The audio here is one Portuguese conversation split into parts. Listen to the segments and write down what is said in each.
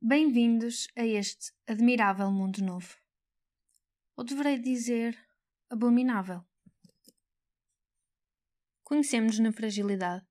Bem-vindos a este admirável mundo novo. Ou deverei dizer, abominável. Conhecemos-nos na fragilidade.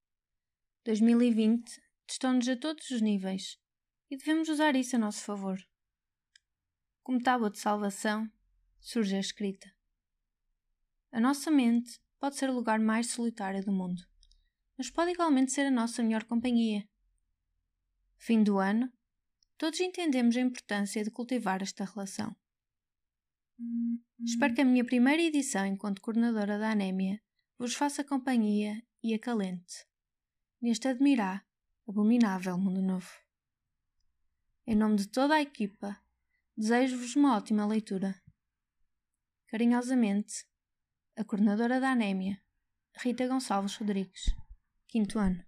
2020 testou-nos a todos os níveis e devemos usar isso a nosso favor. Como tábua de salvação, surge a escrita. A nossa mente pode ser o lugar mais solitário do mundo, mas pode igualmente ser a nossa melhor companhia. Fim do ano, todos entendemos a importância de cultivar esta relação. Espero que a minha primeira edição enquanto coordenadora da Anémia vos faça companhia e acalente neste abominável mundo novo. Em nome de toda a equipa, desejo-vos uma ótima leitura. Carinhosamente, a coordenadora da Anémia, Rita Gonçalves Rodrigues, 5º ano.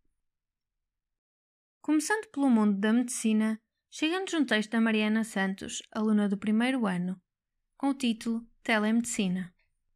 Começando pelo mundo da medicina, chega-nos um texto da Mariana Santos, aluna do 1º ano, com o título Telemedicina.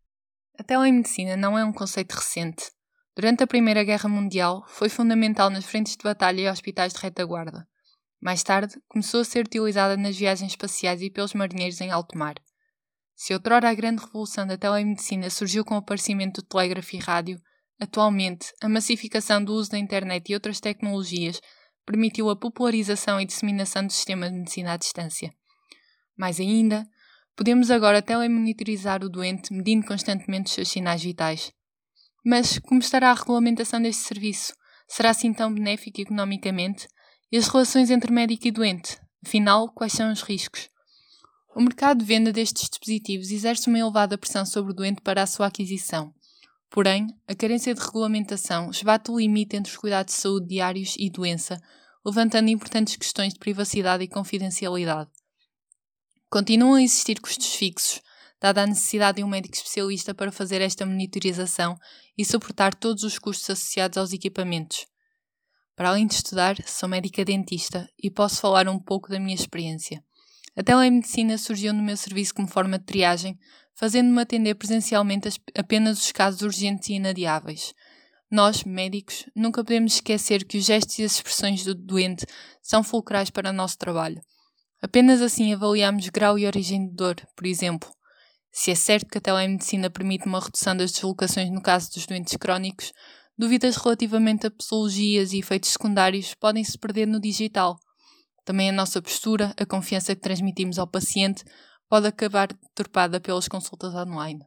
A telemedicina não é um conceito recente. Durante a Primeira Guerra Mundial, foi fundamental nas frentes de batalha e hospitais de retaguarda. Mais tarde, começou a ser utilizada nas viagens espaciais e pelos marinheiros em alto mar. Se outrora a grande revolução da telemedicina surgiu com o aparecimento do telégrafo e rádio, atualmente a massificação do uso da internet e outras tecnologias permitiu a popularização e disseminação do sistema de medicina à distância. Mais ainda, podemos agora telemonitorizar o doente medindo constantemente os seus sinais vitais. Mas como estará a regulamentação deste serviço? Será assim tão benéfico economicamente? E as relações entre médico e doente? Afinal, quais são os riscos? O mercado de venda destes dispositivos exerce uma elevada pressão sobre o doente para a sua aquisição. Porém, a carência de regulamentação esbate o limite entre os cuidados de saúde diários e doença, levantando importantes questões de privacidade e confidencialidade. Continuam a existir custos fixos, dada a necessidade de um médico especialista para fazer esta monitorização e suportar todos os custos associados aos equipamentos. Para além de estudar, sou médica dentista e posso falar um pouco da minha experiência. A telemedicina surgiu no meu serviço como forma de triagem, fazendo-me atender presencialmente apenas os casos urgentes e inadiáveis. Nós, médicos, nunca podemos esquecer que os gestos e as expressões do doente são fulcrais para o nosso trabalho. Apenas assim avaliamos grau e origem de dor, por exemplo. Se é certo que a telemedicina permite uma redução das deslocações no caso dos doentes crónicos, dúvidas relativamente a patologias e efeitos secundários podem-se perder no digital. Também a nossa postura, a confiança que transmitimos ao paciente, pode acabar deturpada pelas consultas online.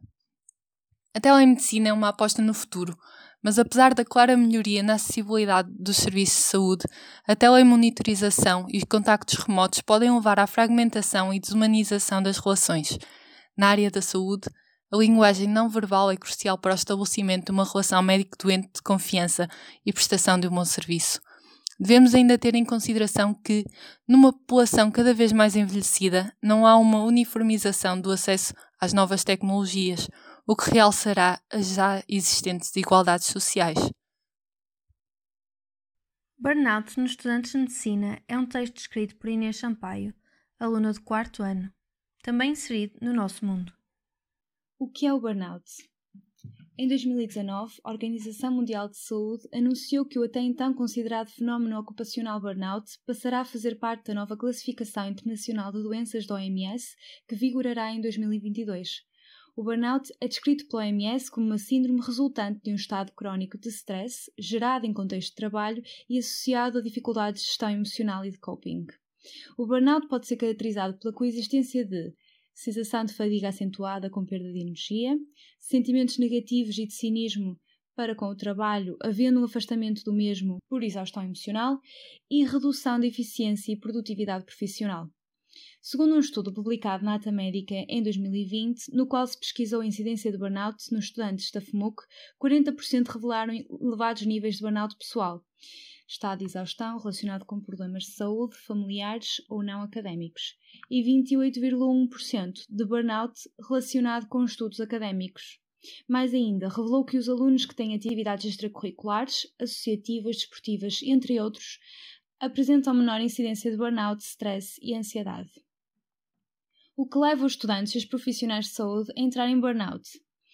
A telemedicina é uma aposta no futuro, mas apesar da clara melhoria na acessibilidade dos serviços de saúde, a telemonitorização e os contactos remotos podem levar à fragmentação e desumanização das relações. Na área da saúde, a linguagem não verbal é crucial para o estabelecimento de uma relação médico-doente de confiança e prestação de um bom serviço. Devemos ainda ter em consideração que, numa população cada vez mais envelhecida, não há uma uniformização do acesso às novas tecnologias, o que realçará as já existentes desigualdades sociais. Burnout nos estudantes de medicina é um texto escrito por Inês Sampaio, aluna do 4º ano, também inserido no nosso mundo. O que é o burnout? Em 2019, a Organização Mundial de Saúde anunciou que o até então considerado fenómeno ocupacional burnout passará a fazer parte da nova Classificação Internacional de Doenças da OMS, que vigorará em 2022. O burnout é descrito pela OMS como uma síndrome resultante de um estado crónico de stress, gerado em contexto de trabalho e associado a dificuldades de gestão emocional e de coping. O burnout pode ser caracterizado pela coexistência de sensação de fadiga acentuada com perda de energia, sentimentos negativos e de cinismo para com o trabalho, havendo um afastamento do mesmo por exaustão emocional e redução da eficiência e produtividade profissional. Segundo um estudo publicado na Ata Médica em 2020, no qual se pesquisou a incidência de burnout nos estudantes da FMUC, 40% revelaram elevados níveis de burnout pessoal, estado de exaustão relacionado com problemas de saúde, familiares ou não académicos, e 28,1% de burnout relacionado com estudos académicos. Mais ainda, revelou que os alunos que têm atividades extracurriculares, associativas, desportivas, entre outros, apresentam menor incidência de burnout, stress e ansiedade. O que leva os estudantes e os profissionais de saúde a entrar em burnout?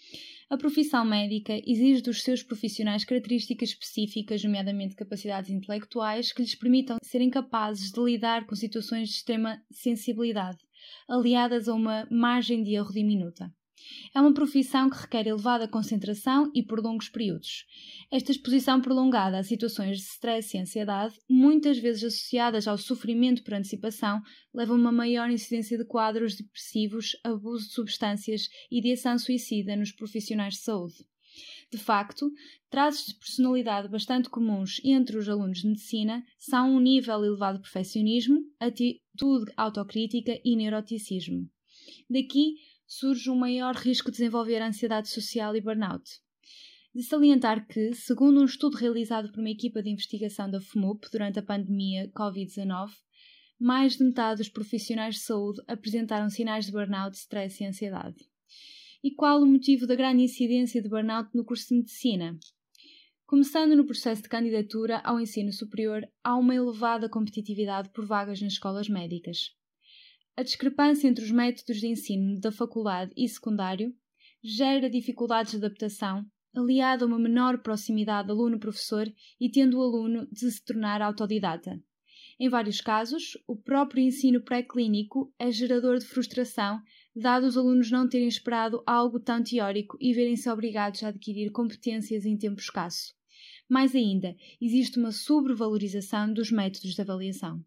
A profissão médica exige dos seus profissionais características específicas, nomeadamente capacidades intelectuais, que lhes permitam serem capazes de lidar com situações de extrema sensibilidade, aliadas a uma margem de erro diminuta. É uma profissão que requer elevada concentração e por longos períodos. Esta exposição prolongada a situações de stress e ansiedade, muitas vezes associadas ao sofrimento por antecipação, leva a uma maior incidência de quadros depressivos, abuso de substâncias e de ação suicida nos profissionais de saúde. De facto, traços de personalidade bastante comuns entre os alunos de medicina são um nível elevado de perfeccionismo, atitude autocrítica e neuroticismo. Daqui surge um maior risco de desenvolver ansiedade social e burnout. De salientar que, segundo um estudo realizado por uma equipa de investigação da FMUP durante a pandemia Covid-19, mais de metade dos profissionais de saúde apresentaram sinais de burnout, stress e ansiedade. E qual o motivo da grande incidência de burnout no curso de medicina? Começando no processo de candidatura ao ensino superior, há uma elevada competitividade por vagas nas escolas médicas. A discrepância entre os métodos de ensino da faculdade e secundário gera dificuldades de adaptação, aliada a uma menor proximidade aluno-professor e tendo o aluno de se tornar autodidata. Em vários casos, o próprio ensino pré-clínico é gerador de frustração, dado os alunos não terem esperado algo tão teórico e verem-se obrigados a adquirir competências em tempo escasso. Mais ainda, existe uma sobrevalorização dos métodos de avaliação.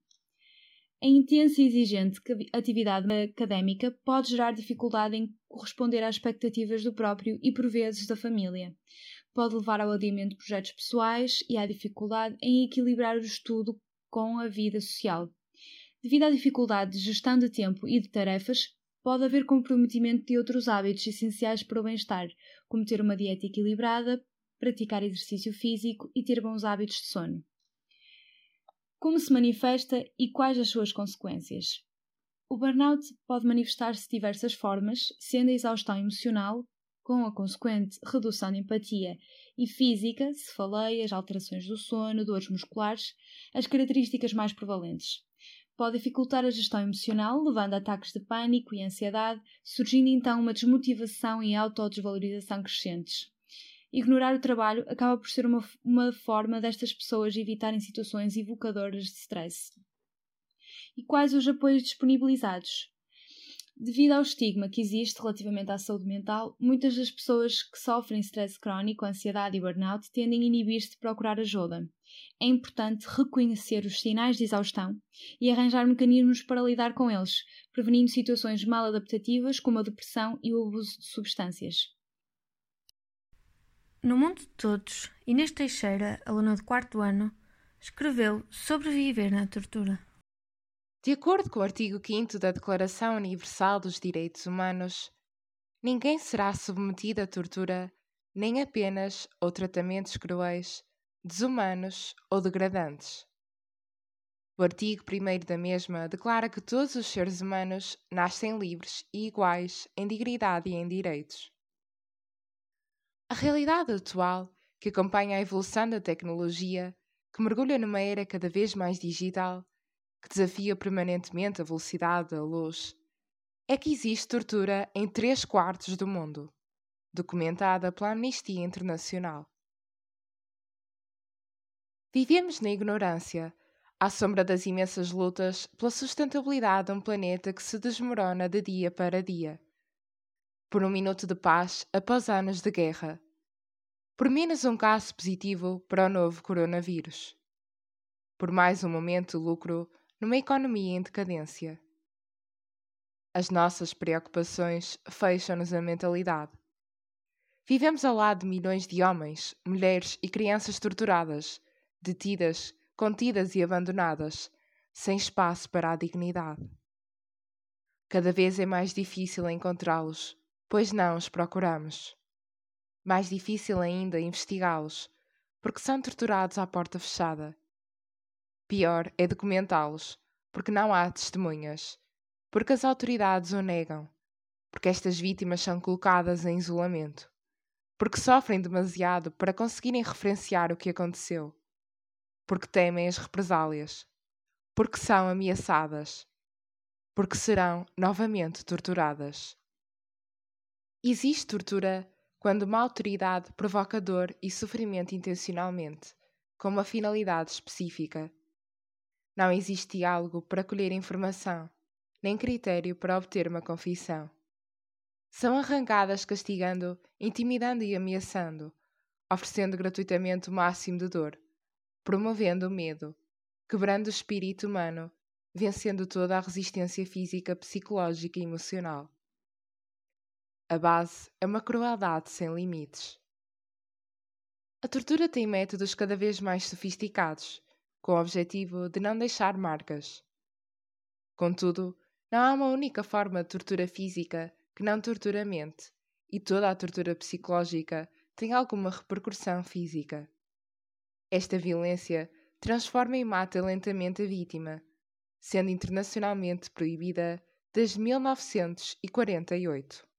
A intensa e exigente atividade académica pode gerar dificuldade em corresponder às expectativas do próprio e, por vezes, da família. Pode levar ao adiamento de projetos pessoais e à dificuldade em equilibrar o estudo com a vida social. Devido à dificuldade de gestão de tempo e de tarefas, pode haver comprometimento de outros hábitos essenciais para o bem-estar, como ter uma dieta equilibrada, praticar exercício físico e ter bons hábitos de sono. Como se manifesta e quais as suas consequências? O burnout pode manifestar-se de diversas formas, sendo a exaustão emocional, com a consequente redução de empatia e física, cefaleias, alterações do sono, dores musculares, as características mais prevalentes. Pode dificultar a gestão emocional, levando a ataques de pânico e ansiedade, surgindo então uma desmotivação e autodesvalorização crescentes. Ignorar o trabalho acaba por ser uma forma destas pessoas evitarem situações evocadoras de stress. E quais os apoios disponibilizados? Devido ao estigma que existe relativamente à saúde mental, muitas das pessoas que sofrem stress crónico, ansiedade e burnout tendem a inibir-se de procurar ajuda. É importante reconhecer os sinais de exaustão e arranjar mecanismos para lidar com eles, prevenindo situações mal adaptativas como a depressão e o abuso de substâncias. No Mundo de Todos, Inês Teixeira, aluna de 4º ano, escreveu Sobreviver na Tortura. De acordo com o artigo 5º da Declaração Universal dos Direitos Humanos, ninguém será submetido a tortura, nem a penas ou tratamentos cruéis, desumanos ou degradantes. O artigo 1º da mesma declara que todos os seres humanos nascem livres e iguais em dignidade e em direitos. A realidade atual, que acompanha a evolução da tecnologia, que mergulha numa era cada vez mais digital, que desafia permanentemente a velocidade da luz, é que existe tortura em 3/4 do mundo, documentada pela Amnistia Internacional. Vivemos na ignorância, à sombra das imensas lutas pela sustentabilidade de um planeta que se desmorona de dia para dia. Por um minuto de paz após anos de guerra. Por menos um caso positivo para o novo coronavírus. Por mais um momento de lucro numa economia em decadência. As nossas preocupações fecham-nos a mentalidade. Vivemos ao lado de milhões de homens, mulheres e crianças torturadas, detidas, contidas e abandonadas, sem espaço para a dignidade. Cada vez é mais difícil encontrá-los, pois não os procuramos. Mais difícil ainda investigá-los, porque são torturados à porta fechada. Pior é documentá-los, porque não há testemunhas, porque as autoridades o negam, porque estas vítimas são colocadas em isolamento, porque sofrem demasiado para conseguirem referenciar o que aconteceu, porque temem as represálias, porque são ameaçadas, porque serão novamente torturadas. Existe tortura quando uma autoridade provoca dor e sofrimento intencionalmente, com uma finalidade específica. Não existe diálogo para colher informação, nem critério para obter uma confissão. São arrancadas castigando, intimidando e ameaçando, oferecendo gratuitamente o máximo de dor, promovendo o medo, quebrando o espírito humano, vencendo toda a resistência física, psicológica e emocional. A base é uma crueldade sem limites. A tortura tem métodos cada vez mais sofisticados, com o objetivo de não deixar marcas. Contudo, não há uma única forma de tortura física que não tortura a mente, e toda a tortura psicológica tem alguma repercussão física. Esta violência transforma e mata lentamente a vítima, sendo internacionalmente proibida desde 1948.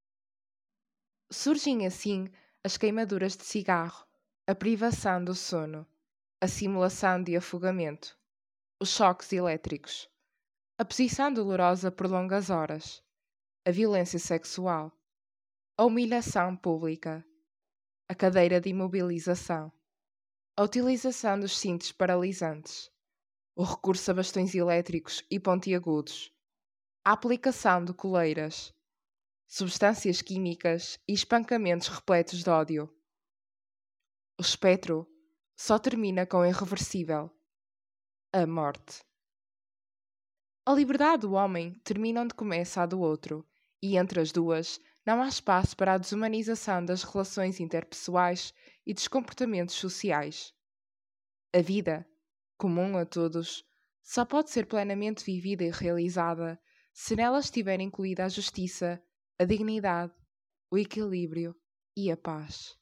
Surgem assim as queimaduras de cigarro, a privação do sono, a simulação de afogamento, os choques elétricos, a posição dolorosa por longas horas, a violência sexual, a humilhação pública, a cadeira de imobilização, a utilização dos cintos paralisantes, o recurso a bastões elétricos e pontiagudos, a aplicação de coleiras, substâncias químicas e espancamentos repletos de ódio. O espectro só termina com o irreversível, a morte. A liberdade do homem termina onde começa a do outro, e entre as duas não há espaço para a desumanização das relações interpessoais e dos comportamentos sociais. A vida, comum a todos, só pode ser plenamente vivida e realizada se nela estiver incluída a justiça, a dignidade, o equilíbrio e a paz.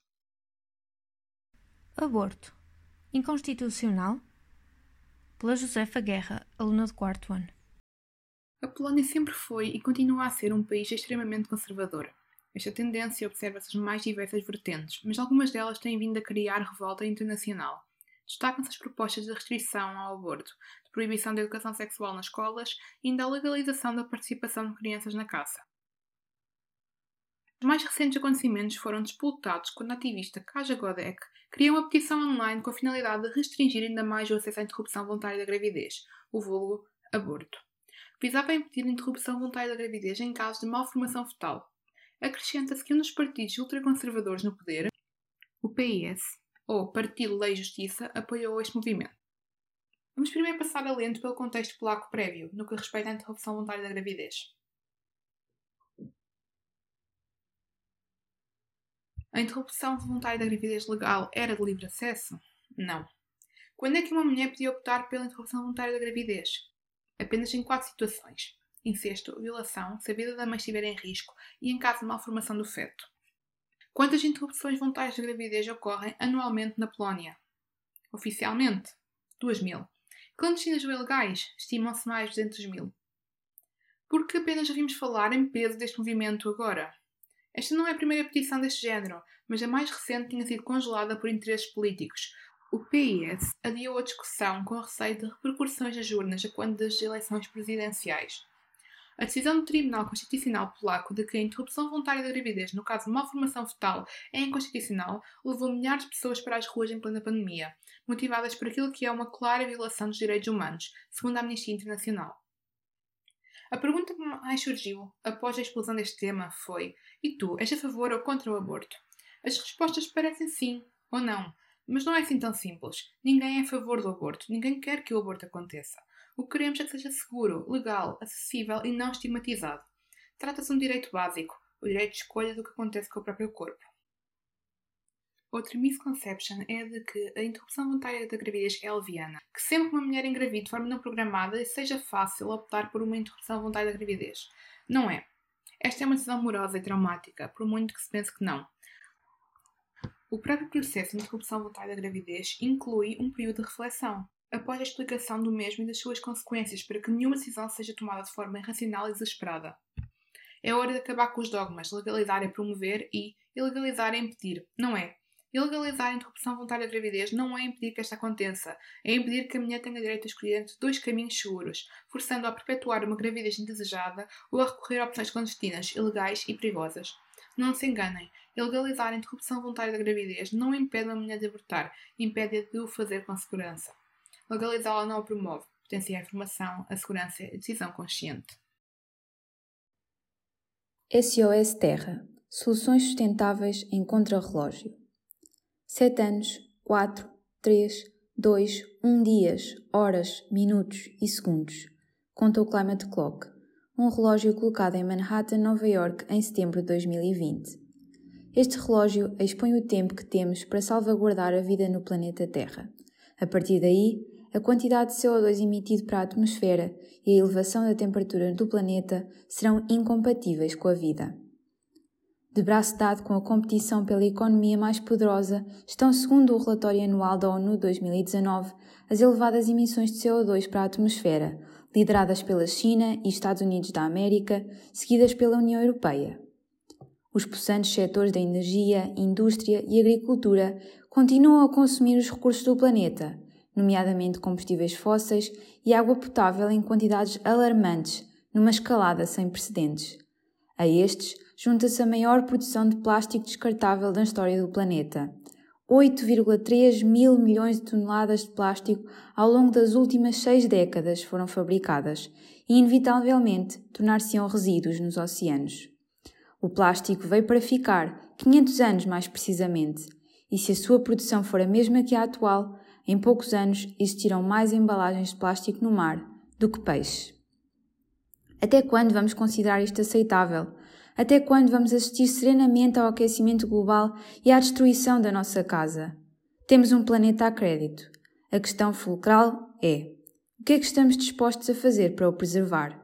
Aborto. Inconstitucional? Pela Josefa Guerra, aluna do 4º ano. A Polónia sempre foi e continua a ser um país extremamente conservador. Esta tendência observa-se nas mais diversas vertentes, mas algumas delas têm vindo a criar revolta internacional. Destacam-se as propostas de restrição ao aborto, de proibição da educação sexual nas escolas e ainda a legalização da participação de crianças na caça. Os mais recentes acontecimentos foram disputados quando a ativista Kaja Godek criou uma petição online com a finalidade de restringir ainda mais o acesso à interrupção voluntária da gravidez, o vulgo aborto. Visava impedir a interrupção voluntária da gravidez em casos de malformação fetal. Acrescenta-se que um dos partidos ultraconservadores no poder, o PIS, ou Partido Lei e Justiça, apoiou este movimento. Vamos primeiro passar a lento pelo contexto polaco prévio, no que respeita à interrupção voluntária da gravidez. A interrupção voluntária da gravidez legal era de livre acesso? Não. Quando é que uma mulher podia optar pela interrupção voluntária da gravidez? Apenas em 4 situações: incesto, violação, se a vida da mãe estiver em risco e em caso de malformação do feto. Quantas interrupções voluntárias da gravidez ocorrem anualmente na Polónia? Oficialmente, 2.000. Clandestinas ou ilegais, estimam-se mais de 200.000. Por que apenas ouvimos falar em peso deste movimento agora? Esta não é a primeira petição deste género, mas a mais recente tinha sido congelada por interesses políticos. O PIS adiou a discussão com receio de repercussões nas urnas a quando das eleições presidenciais. A decisão do Tribunal Constitucional Polaco de que a interrupção voluntária da gravidez, no caso de malformação fetal, é inconstitucional, levou milhares de pessoas para as ruas em plena pandemia, motivadas por aquilo que é uma clara violação dos direitos humanos, segundo a Amnistia Internacional. A pergunta que mais surgiu após a explosão deste tema foi: e tu, és a favor ou contra o aborto? As respostas parecem sim ou não, mas não é assim tão simples. Ninguém é a favor do aborto, ninguém quer que o aborto aconteça. O que queremos é que seja seguro, legal, acessível e não estigmatizado. Trata-se de um direito básico, o direito de escolha do que acontece com o próprio corpo. Outra misconception é a de que a interrupção voluntária da gravidez é leviana, que sempre que uma mulher engravide de forma não programada seja fácil optar por uma interrupção voluntária da gravidez. Não é. Esta é uma decisão morosa e traumática, por muito que se pense que não. O próprio processo de interrupção voluntária da gravidez inclui um período de reflexão, após a explicação do mesmo e das suas consequências, para que nenhuma decisão seja tomada de forma irracional e desesperada. É hora de acabar com os dogmas, legalizar é promover e ilegalizar é impedir. Não é. Ilegalizar a interrupção voluntária da gravidez não é impedir que esta aconteça, é impedir que a mulher tenha direito a escolher entre 2 caminhos seguros, forçando-a a perpetuar uma gravidez indesejada ou a recorrer a opções clandestinas, ilegais e perigosas. Não se enganem, E legalizar a interrupção voluntária da gravidez não impede uma mulher de abortar, impede-a de o fazer com segurança. Legalizá-la não a promove, potencia a informação, a segurança e a decisão consciente. SOS Terra – Soluções sustentáveis em contrarrelógio. 7 anos, 4, 3, 2, 1 dias, horas, minutos e segundos. Conta o Climate Clock, um relógio colocado em Manhattan, Nova York, em setembro de 2020. Este relógio expõe o tempo que temos para salvaguardar a vida no planeta Terra. A partir daí, a quantidade de CO2 emitido para a atmosfera e a elevação da temperatura do planeta serão incompatíveis com a vida. De braço dado com a competição pela economia mais poderosa, estão, segundo o relatório anual da ONU 2019, as elevadas emissões de CO2 para a atmosfera, lideradas pela China e Estados Unidos da América, seguidas pela União Europeia. Os possantes setores da energia, indústria e agricultura continuam a consumir os recursos do planeta, nomeadamente combustíveis fósseis e água potável em quantidades alarmantes, numa escalada sem precedentes. A estes, junta-se a maior produção de plástico descartável da história do planeta. 8,3 mil milhões de toneladas de plástico ao longo das últimas 6 décadas foram fabricadas e, inevitavelmente, tornar-se-ão resíduos nos oceanos. O plástico veio para ficar, 500 anos mais precisamente, e se a sua produção for a mesma que a atual, em poucos anos existirão mais embalagens de plástico no mar do que peixes. Até quando vamos considerar isto aceitável? Até quando vamos assistir serenamente ao aquecimento global e à destruição da nossa casa? Temos um planeta a crédito. A questão fulcral é: o que é que estamos dispostos a fazer para o preservar?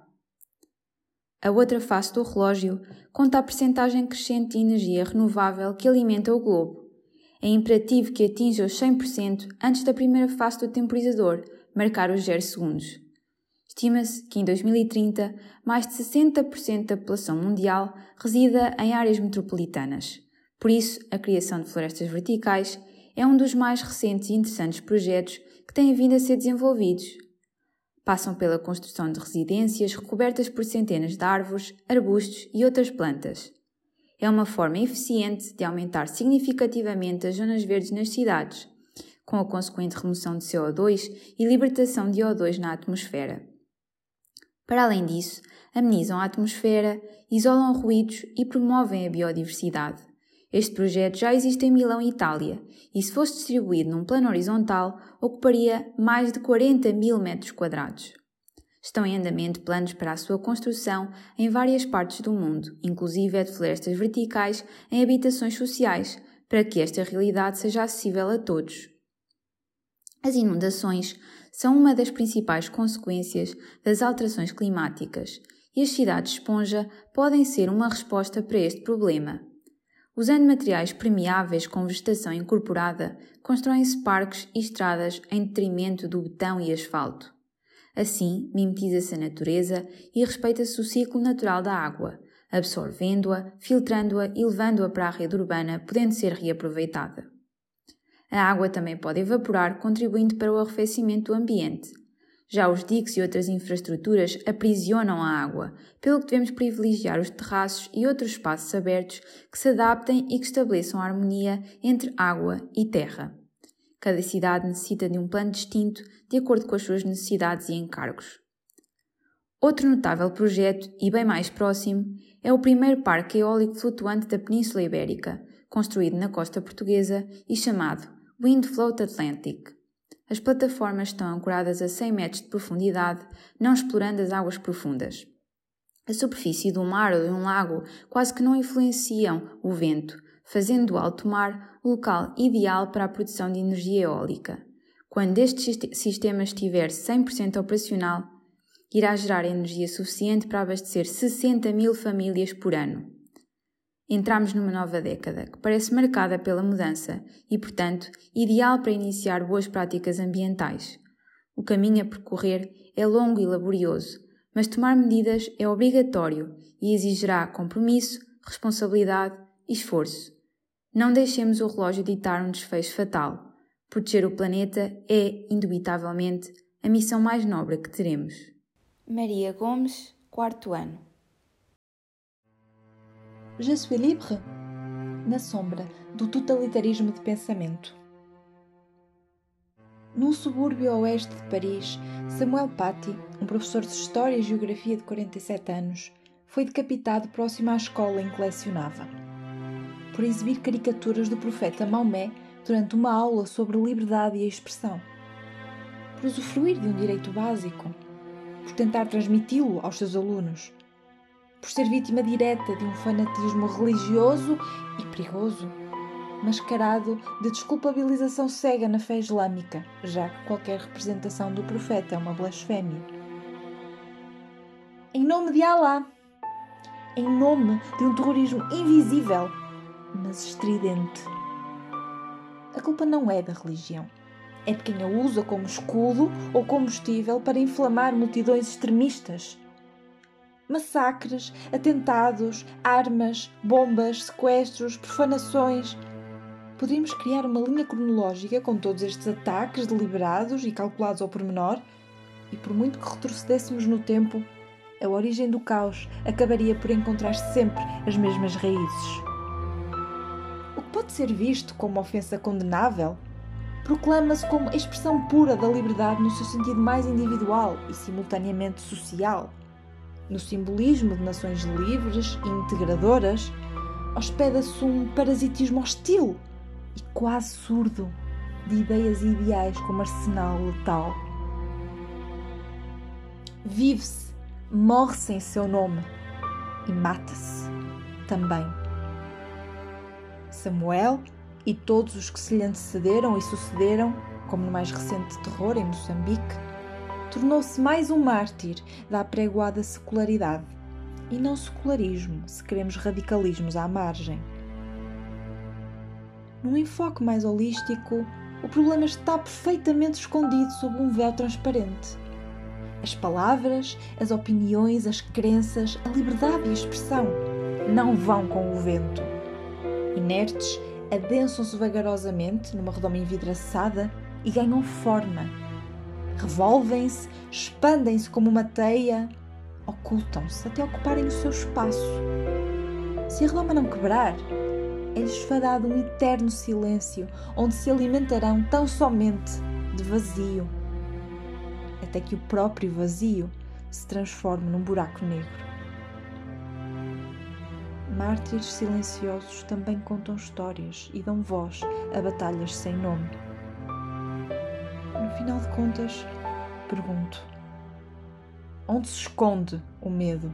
A outra face do relógio conta a percentagem crescente de energia renovável que alimenta o globo. É imperativo que atinja os 100% antes da primeira fase do temporizador, marcar os 0 segundos. Estima-se que em 2030 mais de 60% da população mundial resida em áreas metropolitanas. Por isso, a criação de florestas verticais é um dos mais recentes e interessantes projetos que têm vindo a ser desenvolvidos. Passam pela construção de residências recobertas por centenas de árvores, arbustos e outras plantas. É uma forma eficiente de aumentar significativamente as zonas verdes nas cidades, com a consequente remoção de CO2 e libertação de O2 na atmosfera. Para além disso, amenizam a atmosfera, isolam ruídos e promovem a biodiversidade. Este projeto já existe em Milão, Itália, e se fosse distribuído num plano horizontal, ocuparia mais de 40 mil metros quadrados. Estão em andamento planos para a sua construção em várias partes do mundo, inclusive de florestas verticais em habitações sociais, para que esta realidade seja acessível a todos. As inundações são uma das principais consequências das alterações climáticas e as cidades esponja podem ser uma resposta para este problema. Usando materiais permeáveis com vegetação incorporada, constroem-se parques e estradas em detrimento do betão e asfalto. Assim, mimetiza-se a natureza e respeita-se o ciclo natural da água, absorvendo-a, filtrando-a e levando-a para a rede urbana, podendo ser reaproveitada. A água também pode evaporar, contribuindo para o arrefecimento do ambiente. Já os diques e outras infraestruturas aprisionam a água, pelo que devemos privilegiar os terraços e outros espaços abertos que se adaptem e que estabeleçam harmonia entre água e terra. Cada cidade necessita de um plano distinto, de acordo com as suas necessidades e encargos. Outro notável projeto, e bem mais próximo, é o primeiro parque eólico flutuante da Península Ibérica, construído na costa portuguesa e chamado Windfloat Atlantic. As plataformas estão ancoradas a 100 metros de profundidade, não explorando as águas profundas. A superfície do mar ou de um lago quase que não influenciam o vento, fazendo do alto mar o local ideal para a produção de energia eólica. Quando este sistema estiver 100% operacional, irá gerar energia suficiente para abastecer 60 mil famílias por ano. Entramos numa nova década, que parece marcada pela mudança e, portanto, ideal para iniciar boas práticas ambientais. O caminho a percorrer é longo e laborioso, mas tomar medidas é obrigatório e exigirá compromisso, responsabilidade e esforço. Não deixemos o relógio ditar um desfecho fatal. Proteger o planeta é, indubitavelmente, a missão mais nobre que teremos. Maria Gomes, 4º ano. Je suis libre. na sombra do totalitarismo de pensamento. Num subúrbio a oeste de Paris, Samuel Paty, um professor de História e Geografia de 47 anos, foi decapitado próximo à escola em que lecionava, por exibir caricaturas do profeta Maomé durante uma aula sobre liberdade e expressão, por usufruir de um direito básico, por tentar transmiti-lo aos seus alunos, por ser vítima direta de um fanatismo religioso e perigoso, mascarado de desculpabilização cega na fé islâmica, já que qualquer representação do profeta é uma blasfémia. Em nome de Alá, em nome de um terrorismo invisível, mas estridente. A culpa não é da religião, é de quem a usa como escudo ou combustível para inflamar multidões extremistas. Massacres, atentados, armas, bombas, sequestros, profanações. Poderíamos criar uma linha cronológica com todos estes ataques deliberados e calculados ao pormenor, e por muito que retrocedêssemos no tempo, a origem do caos acabaria por encontrar sempre as mesmas raízes. O que pode ser visto como ofensa condenável, proclama-se como expressão pura da liberdade no seu sentido mais individual e simultaneamente social, no simbolismo de nações livres e integradoras, hospeda-se um parasitismo hostil e quase surdo de ideias e ideais como arsenal letal. Vive-se, morre-se em seu nome e mata-se também. Samuel e todos os que se lhe antecederam e sucederam, como no mais recente terror em Moçambique, tornou-se mais um mártir da apregoada secularidade, e não secularismo, se queremos radicalismos à margem. Num enfoque mais holístico, o problema está perfeitamente escondido sob um véu transparente. As palavras, as opiniões, as crenças, a liberdade e a expressão não vão com o vento. Inertes, adensam-se vagarosamente numa redoma envidraçada e ganham forma. Revolvem-se, expandem-se como uma teia, ocultam-se até ocuparem o seu espaço. Se a redoma não quebrar, é-lhes fadado um eterno silêncio, onde se alimentarão tão somente de vazio, até que o próprio vazio se transforme num buraco negro. Mártires silenciosos também contam histórias e dão voz a batalhas sem nome. No final de contas, pergunto: onde se esconde o medo?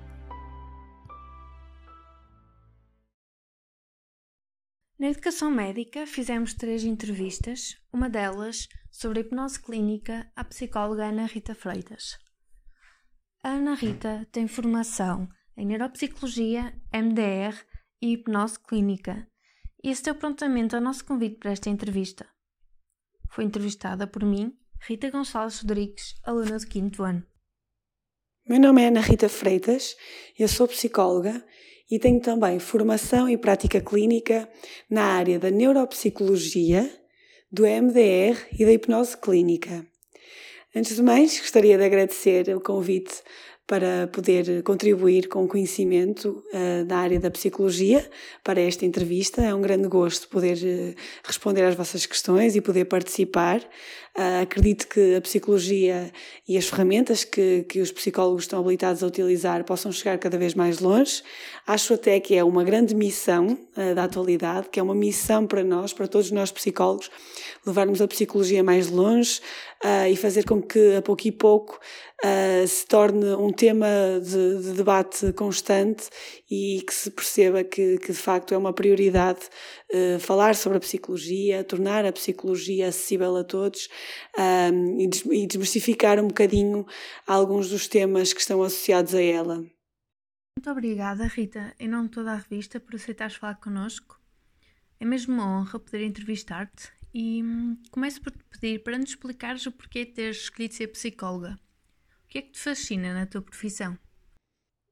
Na educação médica fizemos 3 entrevistas, uma delas sobre a hipnose clínica à psicóloga Ana Rita Freitas. A Ana Rita tem formação em Neuropsicologia, MDR e Hipnose Clínica e acedeu prontamente ao nosso convite para esta entrevista. Foi entrevistada por mim, Rita Gonçalves Rodrigues, aluna do 5º ano. Meu nome é Ana Rita Freitas, eu sou psicóloga e tenho também formação e prática clínica na área da neuropsicologia, do MDR e da hipnose clínica. Antes de mais, gostaria de agradecer o convite para poder contribuir com o conhecimento da área da psicologia para esta entrevista. É um grande gosto poder responder às vossas questões e poder participar. Acredito que a psicologia e as ferramentas que os psicólogos estão habilitados a utilizar possam chegar cada vez mais longe. Acho até que é uma grande missão da atualidade, que é uma missão para nós, para todos nós psicólogos, levarmos a psicologia mais longe e fazer com que, a pouco e pouco, se torne um tema de debate constante e que se perceba que de facto é uma prioridade falar sobre a psicologia, tornar a psicologia acessível a todos e desmistificar um bocadinho alguns dos temas que estão associados a ela. Muito obrigada, Rita, em nome de toda a revista, por aceitares falar connosco. É mesmo uma honra poder entrevistar-te e começo por te pedir para nos explicares o porquê de teres escolhido ser psicóloga. O que é que te fascina na tua profissão?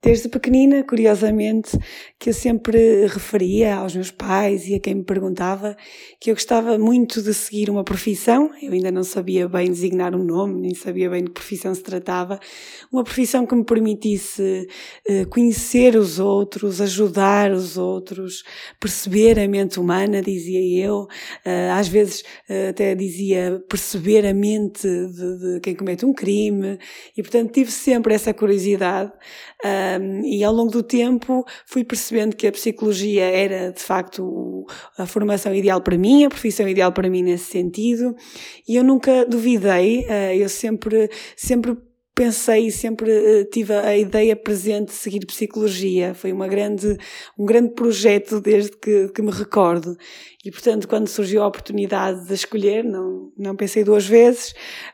Desde pequenina, curiosamente, que eu sempre referia aos meus pais e a quem me perguntava que eu gostava muito de seguir uma profissão. Eu ainda não sabia bem designar um nome, nem sabia bem de que profissão se tratava. Uma profissão que me permitisse conhecer os outros, ajudar os outros, perceber a mente humana, dizia eu. Às vezes até dizia perceber a mente de quem comete um crime. E, portanto, tive sempre essa curiosidade. E ao longo do tempo fui percebendo que a psicologia era de facto a formação ideal para mim, a profissão ideal para mim nesse sentido, e eu nunca duvidei, eu sempre pensei e sempre tive a ideia presente de seguir psicologia. Foi um grande projeto desde que me recordo. E, portanto, quando surgiu a oportunidade de escolher, não pensei duas vezes,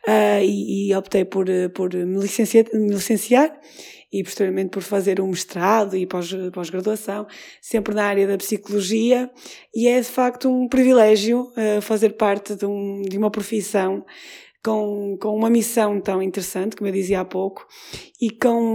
e optei por me licenciar e posteriormente por fazer um mestrado e pós-graduação, sempre na área da psicologia, e é de facto um privilégio fazer parte de uma profissão com uma missão tão interessante, como eu dizia há pouco, e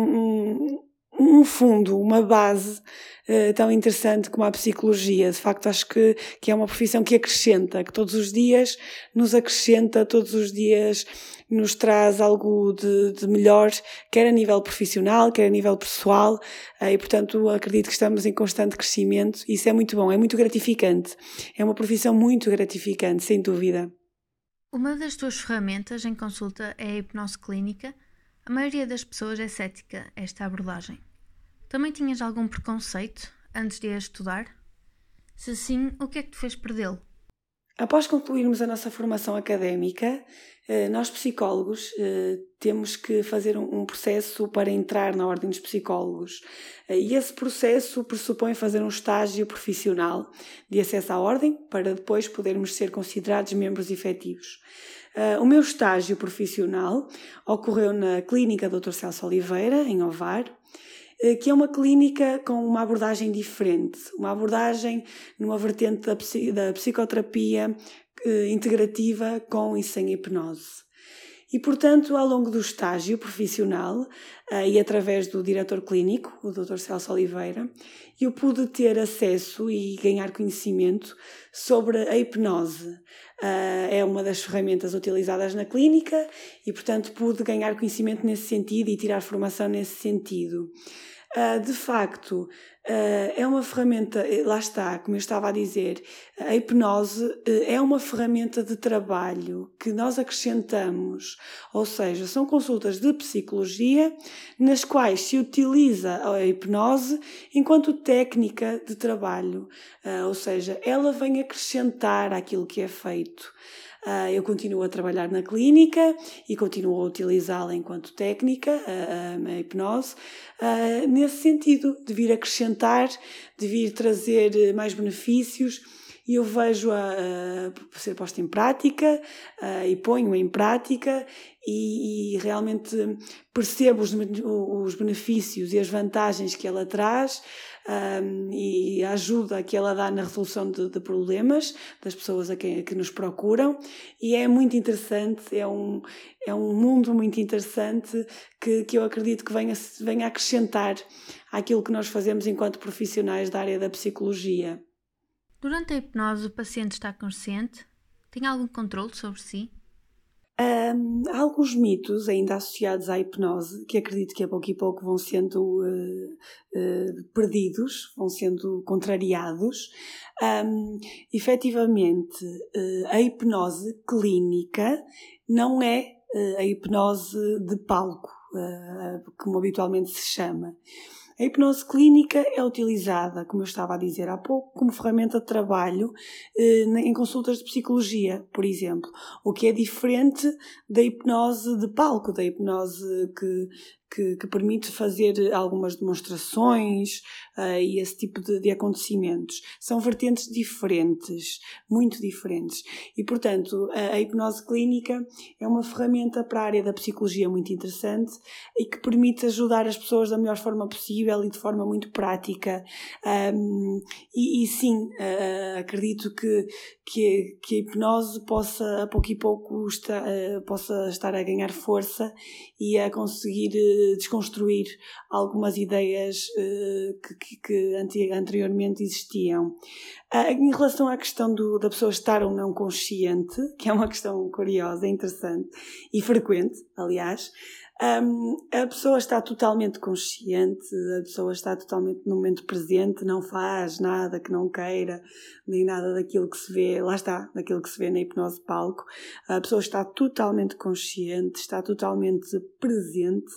com um fundo, uma base tão interessante como a psicologia. De facto, acho que é uma profissão que acrescenta, que todos os dias nos acrescenta, todos os dias nos traz algo de melhor, quer a nível profissional, quer a nível pessoal, e portanto acredito que estamos em constante crescimento. Isso é muito bom, é muito gratificante. É uma profissão muito gratificante, sem dúvida. Uma das tuas ferramentas em consulta é a hipnose clínica. A maioria das pessoas é cética a esta abordagem. Também tinhas algum preconceito antes de a estudar? Se sim, o que é que te fez perdê-lo? Após concluirmos a nossa formação académica, nós psicólogos temos que fazer um processo para entrar na Ordem dos Psicólogos. E esse processo pressupõe fazer um estágio profissional de acesso à Ordem para depois podermos ser considerados membros efetivos. O meu estágio profissional ocorreu na Clínica Dr. Celso Oliveira, em Ovar, que é uma clínica com uma abordagem diferente, uma abordagem numa vertente da psicoterapia integrativa com e sem hipnose. E, portanto, ao longo do estágio profissional e através do diretor clínico, o Dr. Celso Oliveira, eu pude ter acesso e ganhar conhecimento sobre a hipnose. É uma das ferramentas utilizadas na clínica e, portanto, pude ganhar conhecimento nesse sentido e tirar formação nesse sentido. De facto, é uma ferramenta, lá está, como eu estava a dizer, a hipnose é uma ferramenta de trabalho que nós acrescentamos, ou seja, são consultas de psicologia nas quais se utiliza a hipnose enquanto técnica de trabalho, ou seja, ela vem acrescentar aquilo que é feito. Eu continuo a trabalhar na clínica e continuo a utilizá-la enquanto técnica, a hipnose, nesse sentido, de vir acrescentar, de vir trazer mais benefícios, e eu vejo-a ser posta em prática e ponho-a em prática e realmente percebo os benefícios e as vantagens que ela traz, e a ajuda que ela dá na resolução de problemas das pessoas que nos procuram, e é muito interessante, é um mundo muito interessante que eu acredito que venha acrescentar àquilo que nós fazemos enquanto profissionais da área da psicologia. Durante a hipnose, o paciente está consciente? Tem algum controle sobre si? Há alguns mitos ainda associados à hipnose que acredito que a pouco e pouco vão sendo perdidos, vão sendo contrariados. Efetivamente, a hipnose clínica não é a hipnose de palco, como habitualmente se chama. A hipnose clínica é utilizada, como eu estava a dizer há pouco, como ferramenta de trabalho em consultas de psicologia, por exemplo, o que é diferente da hipnose de palco, da hipnose que permite fazer algumas demonstrações e esse tipo de acontecimentos. São vertentes diferentes, muito diferentes. E, portanto, a hipnose clínica é uma ferramenta para a área da psicologia muito interessante e que permite ajudar as pessoas da melhor forma possível e de forma muito prática. E sim, acredito que a hipnose possa, a pouco e pouco, possa estar a ganhar força e a conseguir desconstruir algumas ideias que anteriormente existiam. Em relação à questão da pessoa estar ou não consciente, que é uma questão curiosa, interessante e frequente, aliás, a pessoa está totalmente consciente, a pessoa está totalmente no momento presente, não faz nada que não queira, nem nada daquilo que se vê, lá está, daquilo que se vê na hipnose de palco. A pessoa está totalmente consciente, está totalmente presente,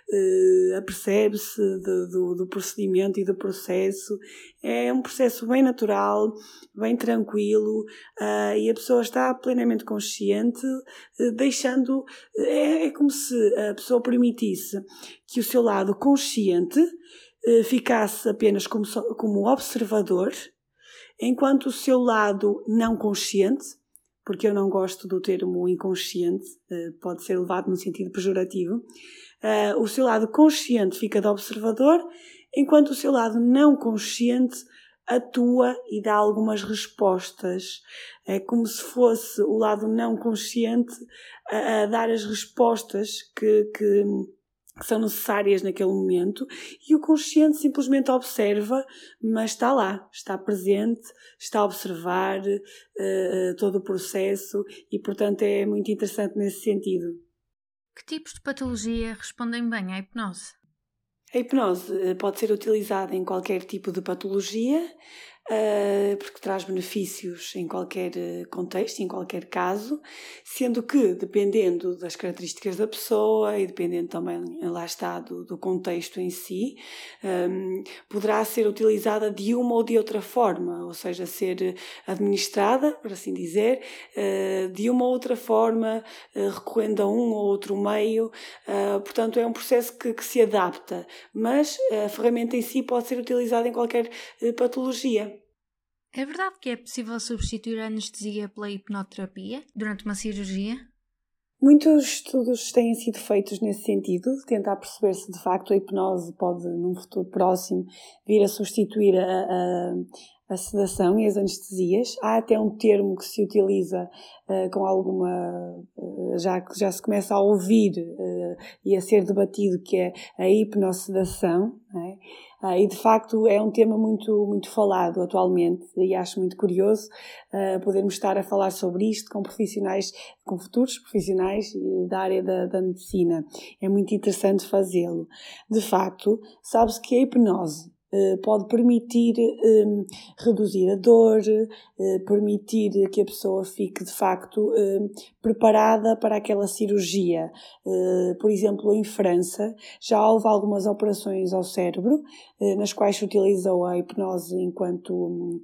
apercebe-se do procedimento e do processo. É um processo bem natural, bem tranquilo, e a pessoa está plenamente consciente, deixando, é como se a pessoa permitisse que o seu lado consciente ficasse apenas como observador, enquanto o seu lado não consciente, porque eu não gosto do termo inconsciente, pode ser levado no sentido pejorativo, o seu lado consciente fica de observador, enquanto o seu lado não consciente atua e dá algumas respostas. É como se fosse o lado não consciente a dar as respostas que são necessárias naquele momento, e o consciente simplesmente observa, mas está lá, está presente, está a observar todo o processo, e portanto é muito interessante nesse sentido. Que tipos de patologia respondem bem à hipnose? A hipnose pode ser utilizada em qualquer tipo de patologia, porque traz benefícios em qualquer contexto, em qualquer caso, sendo que, dependendo das características da pessoa e dependendo também, lá está, do contexto em si, poderá ser utilizada de uma ou de outra forma, ou seja, ser administrada, por assim dizer, de uma ou outra forma, recorrendo a um ou outro meio. Portanto, é um processo que se adapta, mas a ferramenta em si pode ser utilizada em qualquer patologia. É verdade que é possível substituir a anestesia pela hipnoterapia durante uma cirurgia? Muitos estudos têm sido feitos nesse sentido, de tentar perceber se de facto a hipnose pode, num futuro próximo, vir a substituir a sedação e as anestesias. Há até um termo que se utiliza com alguma... já se começa a ouvir e a ser debatido, que é a hipnossedação, não é? E de facto é um tema muito, muito falado atualmente, e acho muito curioso podermos estar a falar sobre isto com profissionais, com futuros profissionais da área da medicina. É muito interessante fazê-lo. De facto, sabe-se que a hipnose pode permitir reduzir a dor, permitir que a pessoa fique de facto preparada para aquela cirurgia. Por exemplo, em França já houve algumas operações ao cérebro nas quais se utilizou a hipnose enquanto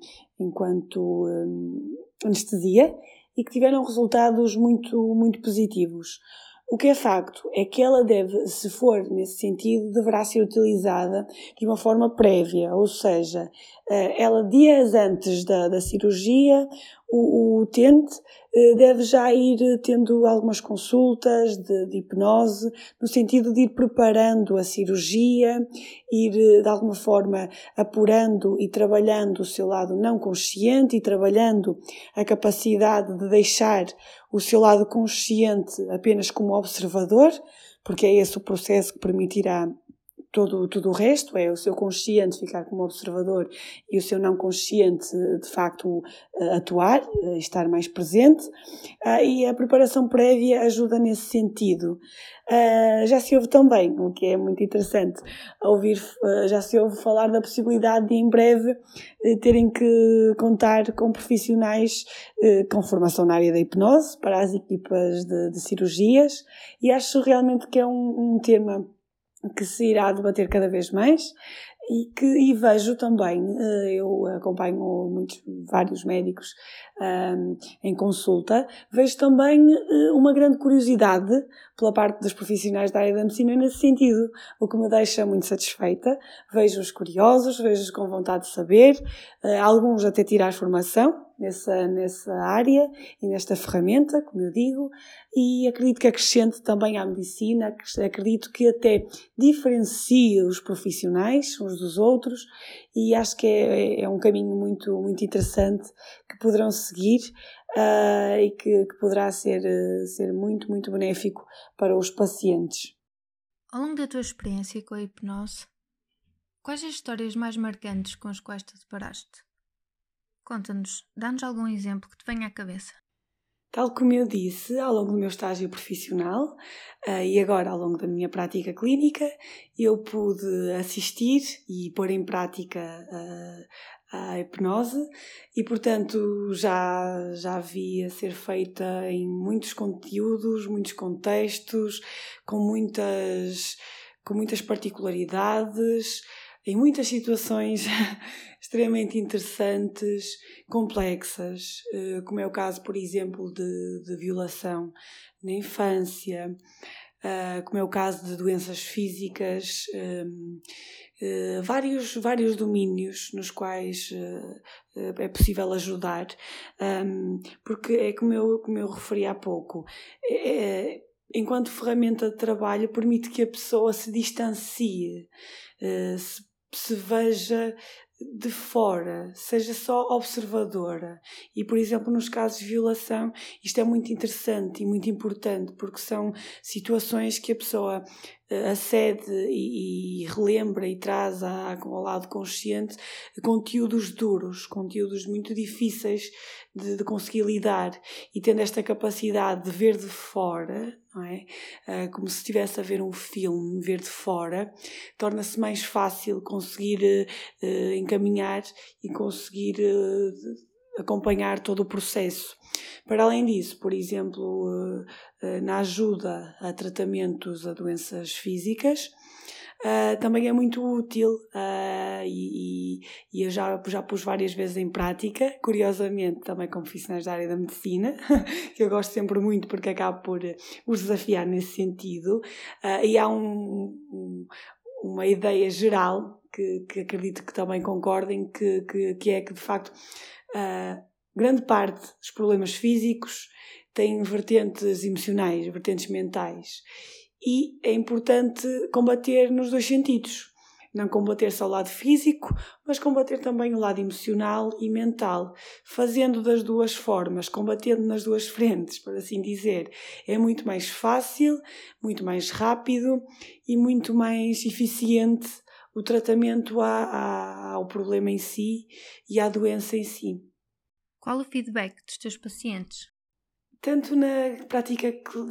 anestesia e que tiveram resultados muito, muito positivos. O que é facto é que ela deve, se for nesse sentido, deverá ser utilizada de uma forma prévia, ou seja, ela dias antes da cirurgia, o utente deve já ir tendo algumas consultas de hipnose, no sentido de ir preparando a cirurgia, ir de alguma forma apurando e trabalhando o seu lado não consciente e trabalhando a capacidade de deixar o seu lado consciente apenas como observador, porque é esse o processo que permitirá tudo o resto, é o seu consciente ficar como observador e o seu não consciente, de facto, atuar, estar mais presente, e a preparação prévia ajuda nesse sentido. Já se ouve também, o que é muito interessante, já se ouve falar da possibilidade de em breve terem que contar com profissionais com formação na área da hipnose para as equipas de cirurgias, e acho realmente que é um tema que se irá debater cada vez mais e vejo também, eu acompanho vários médicos em consulta, vejo também uma grande curiosidade pela parte dos profissionais da área da medicina nesse sentido, o que me deixa muito satisfeita. Vejo-os curiosos, vejo-os com vontade de saber, alguns até tirar formação nessa área e nesta ferramenta, como eu digo, e acredito que acrescente também à medicina, acredito que até diferencia os profissionais uns dos outros, e acho que é um caminho muito, muito interessante que poderão seguir e que poderá ser muito, muito benéfico para os pacientes. Ao longo da tua experiência com a hipnose, quais as histórias mais marcantes com as quais te deparaste? Conta-nos, dá-nos algum exemplo que te venha à cabeça. Tal como eu disse, ao longo do meu estágio profissional e agora ao longo da minha prática clínica, eu pude assistir e pôr em prática a hipnose e, portanto, já vi a ser feita em muitos conteúdos, muitos contextos, com muitas particularidades, em muitas situações extremamente interessantes, complexas, como é o caso, por exemplo, de violação na infância, como é o caso de doenças físicas, vários domínios nos quais é possível ajudar, porque é como eu referi há pouco, enquanto ferramenta de trabalho permite que a pessoa se distancie, se veja de fora, seja só observadora. E, por exemplo, nos casos de violação, isto é muito interessante e muito importante, porque são situações que a pessoa acede e relembra e traz ao lado consciente conteúdos duros, conteúdos muito difíceis de conseguir lidar, e tendo esta capacidade de ver de fora, não é? Como se estivesse a ver um filme, ver de fora, torna-se mais fácil conseguir encaminhar e conseguir acompanhar todo o processo. Para além disso, por exemplo, na ajuda a tratamentos a doenças físicas, também é muito útil e eu já pus várias vezes em prática, curiosamente também com profissionais da área da medicina, que eu gosto sempre muito porque acabo por os desafiar nesse sentido, e há uma ideia geral que acredito que também concordem, que é que de facto grande parte dos problemas físicos tem vertentes emocionais, vertentes mentais, e é importante combater nos dois sentidos. Não combater só o lado físico, mas combater também o lado emocional e mental, fazendo das duas formas, combatendo nas duas frentes, por assim dizer. É muito mais fácil, muito mais rápido e muito mais eficiente o tratamento ao problema em si e à doença em si. Qual o feedback dos teus pacientes? Tanto na prática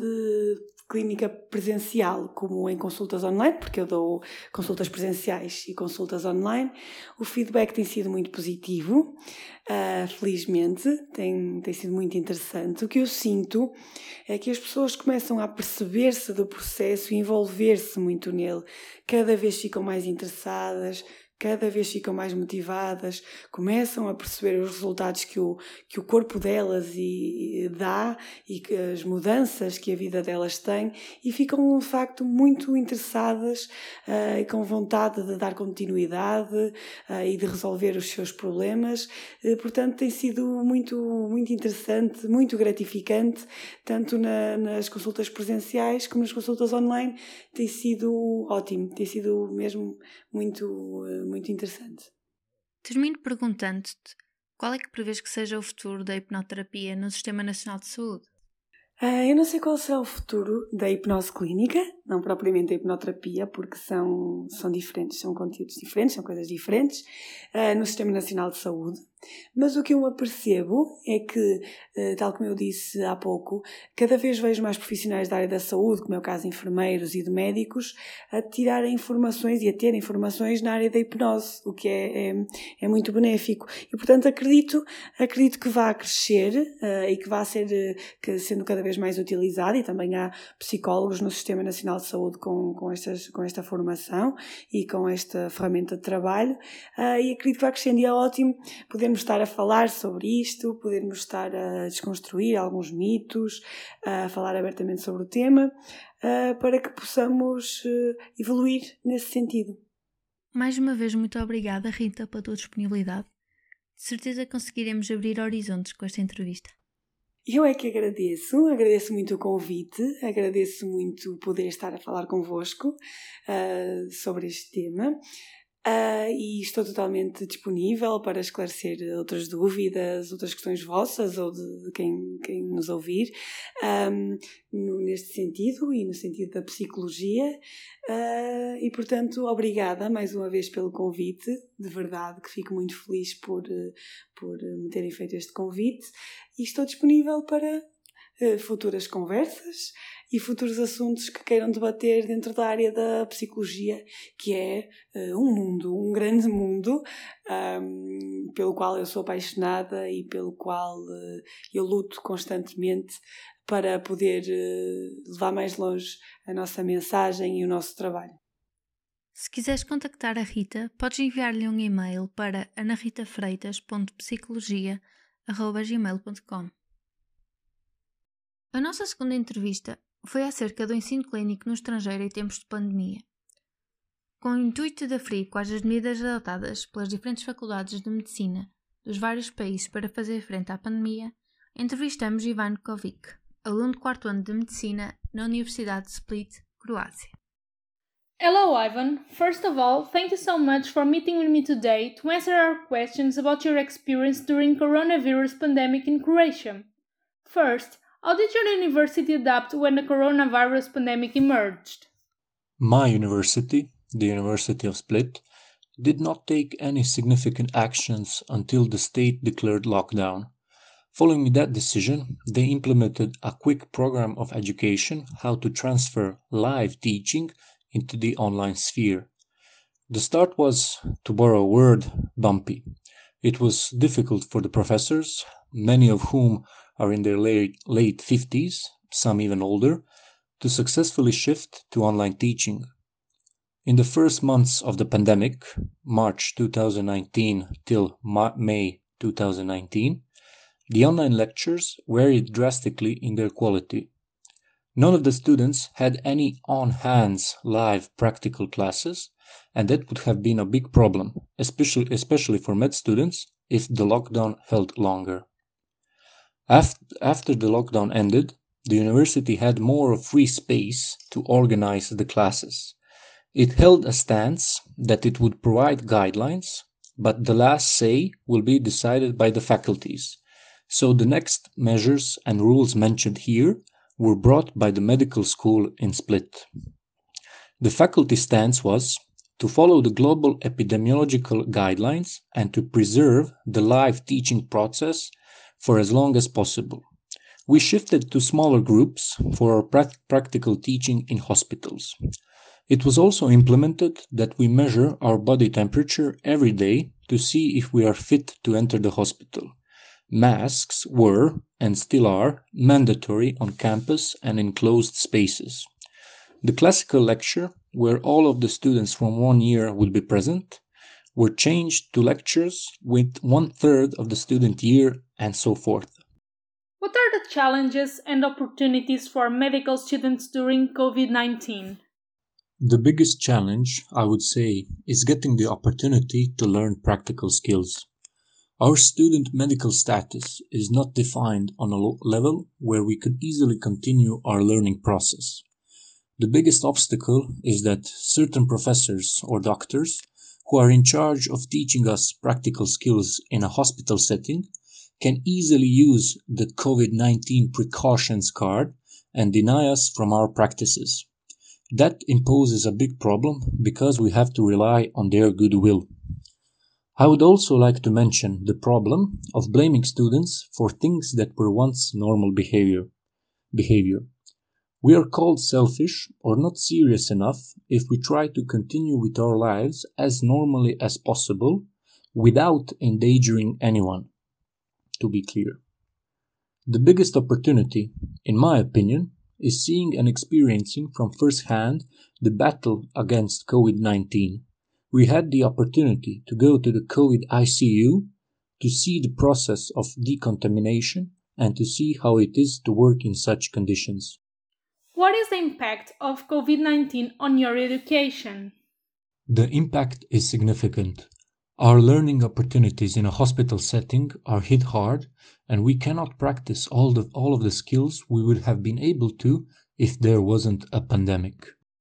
clínica presencial como em consultas online, porque eu dou consultas presenciais e consultas online, o feedback tem sido muito positivo, felizmente, tem sido muito interessante. O que eu sinto é que as pessoas começam a perceber-se do processo e envolver-se muito nele, cada vez ficam mais interessadas, cada vez ficam mais motivadas, começam a perceber os resultados que o corpo delas dá e que as mudanças que a vida delas tem, e ficam de facto muito interessadas e com vontade de dar continuidade e de resolver os seus problemas. Portanto, tem sido muito, muito interessante, muito gratificante, tanto nas consultas presenciais como nas consultas online. Tem sido ótimo, tem sido mesmo muito interessante. Termino perguntando-te qual é que prevês que seja o futuro da hipnoterapia no Sistema Nacional de Saúde? Eu não sei qual será o futuro da hipnose clínica, não propriamente a hipnoterapia, porque são diferentes, são conteúdos diferentes, são coisas diferentes, no Sistema Nacional de Saúde. Mas o que eu apercebo é que, tal como eu disse há pouco, cada vez vejo mais profissionais da área da saúde, como é o caso de enfermeiros e de médicos, a tirarem informações e a terem informações na área da hipnose, o que é muito benéfico. E, portanto, acredito que vá crescer e que vá sendo cada vez mais utilizado, e também há psicólogos no Sistema Nacional de Saúde com esta formação e com esta ferramenta de trabalho, e acredito que vai crescendo, e é ótimo podermos estar a falar sobre isto, podermos estar a desconstruir alguns mitos, a falar abertamente sobre o tema, para que possamos evoluir nesse sentido. Mais uma vez, muito obrigada, Rita, pela tua disponibilidade. De certeza conseguiremos abrir horizontes com esta entrevista. Eu é que agradeço muito o convite, agradeço muito poder estar a falar convosco sobre este tema. e estou totalmente disponível para esclarecer outras dúvidas, outras questões vossas ou de quem nos ouvir, neste sentido e no sentido da psicologia. E, portanto, obrigada mais uma vez pelo convite, de verdade que fico muito feliz por me terem feito este convite e estou disponível para futuras conversas e futuros assuntos que queiram debater dentro da área da psicologia, que é um grande mundo, pelo qual eu sou apaixonada e pelo qual eu luto constantemente para poder levar mais longe a nossa mensagem e o nosso trabalho. Se quiseres contactar a Rita, podes enviar-lhe um e-mail para anaritafreitas.psicologia@gmail.com. A nossa segunda entrevista foi acerca do ensino clínico no estrangeiro em tempos de pandemia. Com o intuito de aferir quais as medidas adotadas pelas diferentes faculdades de medicina dos vários países para fazer frente à pandemia, entrevistamos Ivan Kovic, aluno de 4º ano de medicina na Universidade de Split, Croácia. Hello Ivan, first of all, thank you so much for meeting with me today to answer our questions about your experience during coronavirus pandemic in Croatia. First, how did your university adapt when the coronavirus pandemic emerged? My university, the University of Split, did not take any significant actions until the state declared lockdown. Following that decision, they implemented a quick program of education how to transfer live teaching into the online sphere. The start was, to borrow a word, bumpy. It was difficult for the professors, many of whom are in their late 50s, some even older, to successfully shift to online teaching. In the first months of the pandemic, March 2019 till May 2019, the online lectures varied drastically in their quality. None of the students had any on-hands live practical classes, and that would have been a big problem, especially for med students, if the lockdown held longer. After the lockdown ended, the university had more free space to organize the classes. It held a stance that it would provide guidelines, but the last say will be decided by the faculties. So the next measures and rules mentioned here were brought by the medical school in Split. The faculty stance was to follow the global epidemiological guidelines and to preserve the live teaching process for as long as possible. We shifted to smaller groups for our practical teaching in hospitals. It was also implemented that we measure our body temperature every day to see if we are fit to enter the hospital. Masks were, and still are, mandatory on campus and in closed spaces. The classical lecture, where all of the students from 1 year would be present, were changed to lectures with 1/3 of the student year and so forth. What are the challenges and opportunities for medical students during COVID-19? The biggest challenge, I would say, is getting the opportunity to learn practical skills. Our student medical status is not defined on a level where we could easily continue our learning process. The biggest obstacle is that certain professors or doctors who are in charge of teaching us practical skills in a hospital setting can easily use the COVID-19 precautions card and deny us from our practices. That imposes a big problem because we have to rely on their goodwill. I would also like to mention the problem of blaming students for things that were once normal behavior. We are called selfish or not serious enough if we try to continue with our lives as normally as possible without endangering anyone, to be clear. The biggest opportunity, in my opinion, is seeing and experiencing from first hand the battle against COVID-19. We had the opportunity to go to the COVID ICU to see the process of decontamination and to see how it is to work in such conditions. What is the impact of COVID-19 on your education? The impact is significant. Our learning opportunities in a hospital setting are hit hard, and we cannot practice all of the skills we would have been able to if there wasn't a pandemic.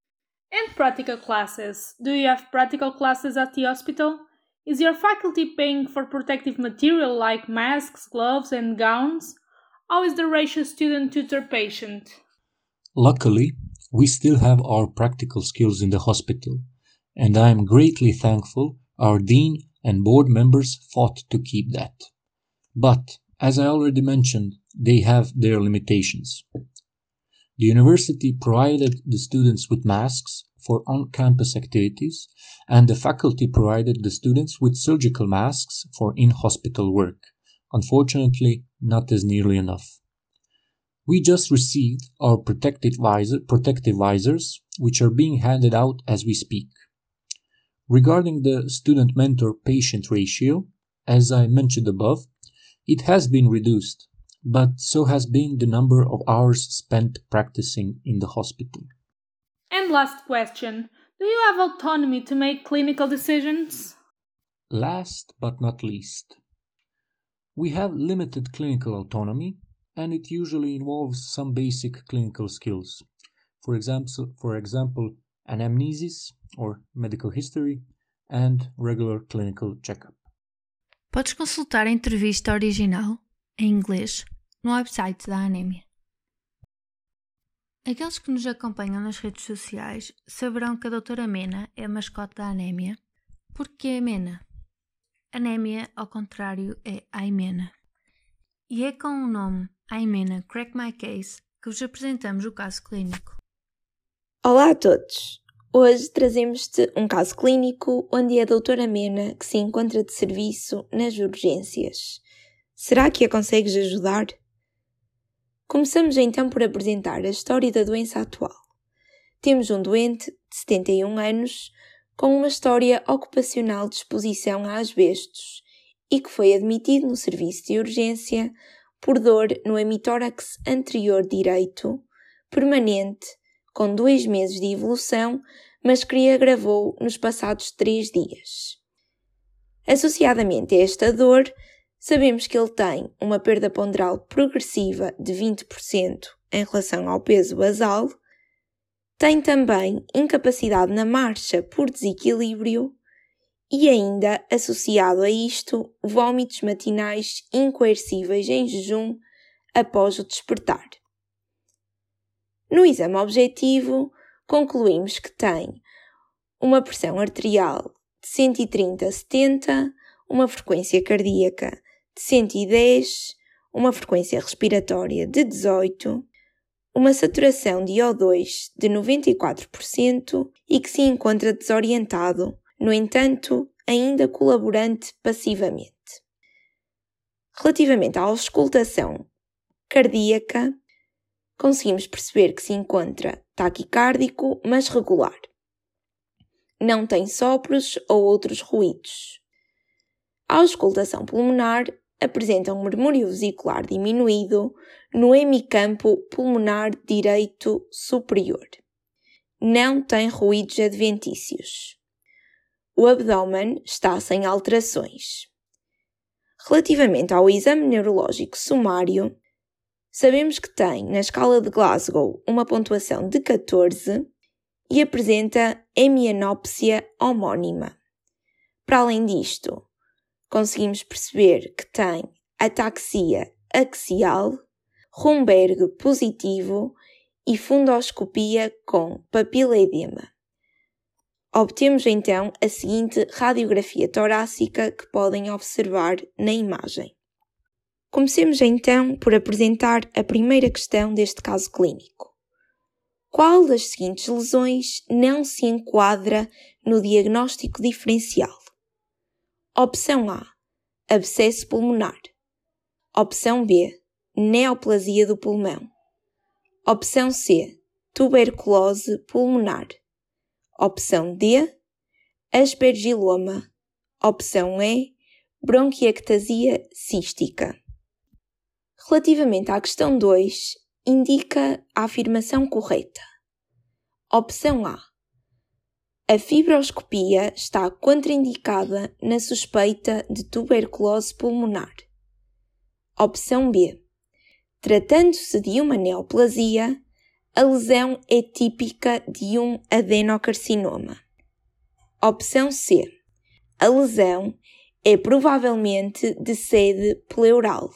And practical classes. Do you have practical classes at the hospital? Is your faculty paying for protective material like masks, gloves, and gowns? How is the ratio student-tutor-patient? Luckily, we still have our practical skills in the hospital, and I am greatly thankful our dean and board members fought to keep that. But, as I already mentioned, they have their limitations. The university provided the students with masks for on-campus activities, and the faculty provided the students with surgical masks for in-hospital work. Unfortunately, not as nearly enough. We just received our protective visors, which are being handed out as we speak. Regarding the student-mentor-patient ratio, as I mentioned above, it has been reduced, but so has been the number of hours spent practicing in the hospital. And last question, do you have autonomy to make clinical decisions? Last but not least, we have limited clinical autonomy, and it usually involves some basic clinical skills. For example, anamnesis or medical history and regular clinical checkup. Podes consultar a entrevista original, em inglês, no website da Anémia. Aqueles que nos acompanham nas redes sociais saberão que a doutora Mena é a mascote da Anémia. Porque é Mena? Anémia, ao contrário, é Aimena. E é com o nome Aimena Crack My Case que vos apresentamos o caso clínico. Olá a todos! Hoje trazemos-te um caso clínico onde é a doutora Mena que se encontra de serviço nas urgências. Será que a consegues ajudar? Começamos então por apresentar a história da doença atual. Temos um doente de 71 anos com uma história ocupacional de exposição a asbestos e que foi admitido no serviço de urgência por dor no hemitórax anterior direito, permanente, com 2 meses de evolução, mas que agravou nos passados 3 dias. Associadamente a esta dor, sabemos que ele tem uma perda ponderal progressiva de 20% em relação ao peso basal, tem também incapacidade na marcha por desequilíbrio e ainda, associado a isto, vômitos matinais incoercíveis em jejum após o despertar. No exame objetivo, concluímos que tem uma pressão arterial de 130/70, uma frequência cardíaca de 110, uma frequência respiratória de 18, uma saturação de O2 de 94% e que se encontra desorientado, no entanto, ainda colaborante passivamente. Relativamente à auscultação cardíaca, conseguimos perceber que se encontra taquicárdico, mas regular. Não tem sopros ou outros ruídos. A auscultação pulmonar apresenta um murmúrio vesicular diminuído no hemicampo pulmonar direito superior. Não tem ruídos adventícios. O abdômen está sem alterações. Relativamente ao exame neurológico sumário, sabemos que tem, na escala de Glasgow, uma pontuação de 14 e apresenta hemianópsia homónima. Para além disto, conseguimos perceber que tem ataxia axial, Romberg positivo e fundoscopia com papiloedema. Obtemos então a seguinte radiografia torácica que podem observar na imagem. Comecemos então por apresentar a primeira questão deste caso clínico. Qual das seguintes lesões não se enquadra no diagnóstico diferencial? Opção A, abscesso pulmonar. Opção B, neoplasia do pulmão. Opção C, tuberculose pulmonar. Opção D, aspergiloma. Opção E, bronquiectasia cística. Relativamente à questão 2, indica a afirmação correta. Opção A. A fibroscopia está contraindicada na suspeita de tuberculose pulmonar. Opção B. Tratando-se de uma neoplasia, A lesão é típica de um adenocarcinoma. Opção C. A lesão é provavelmente de sede pleural.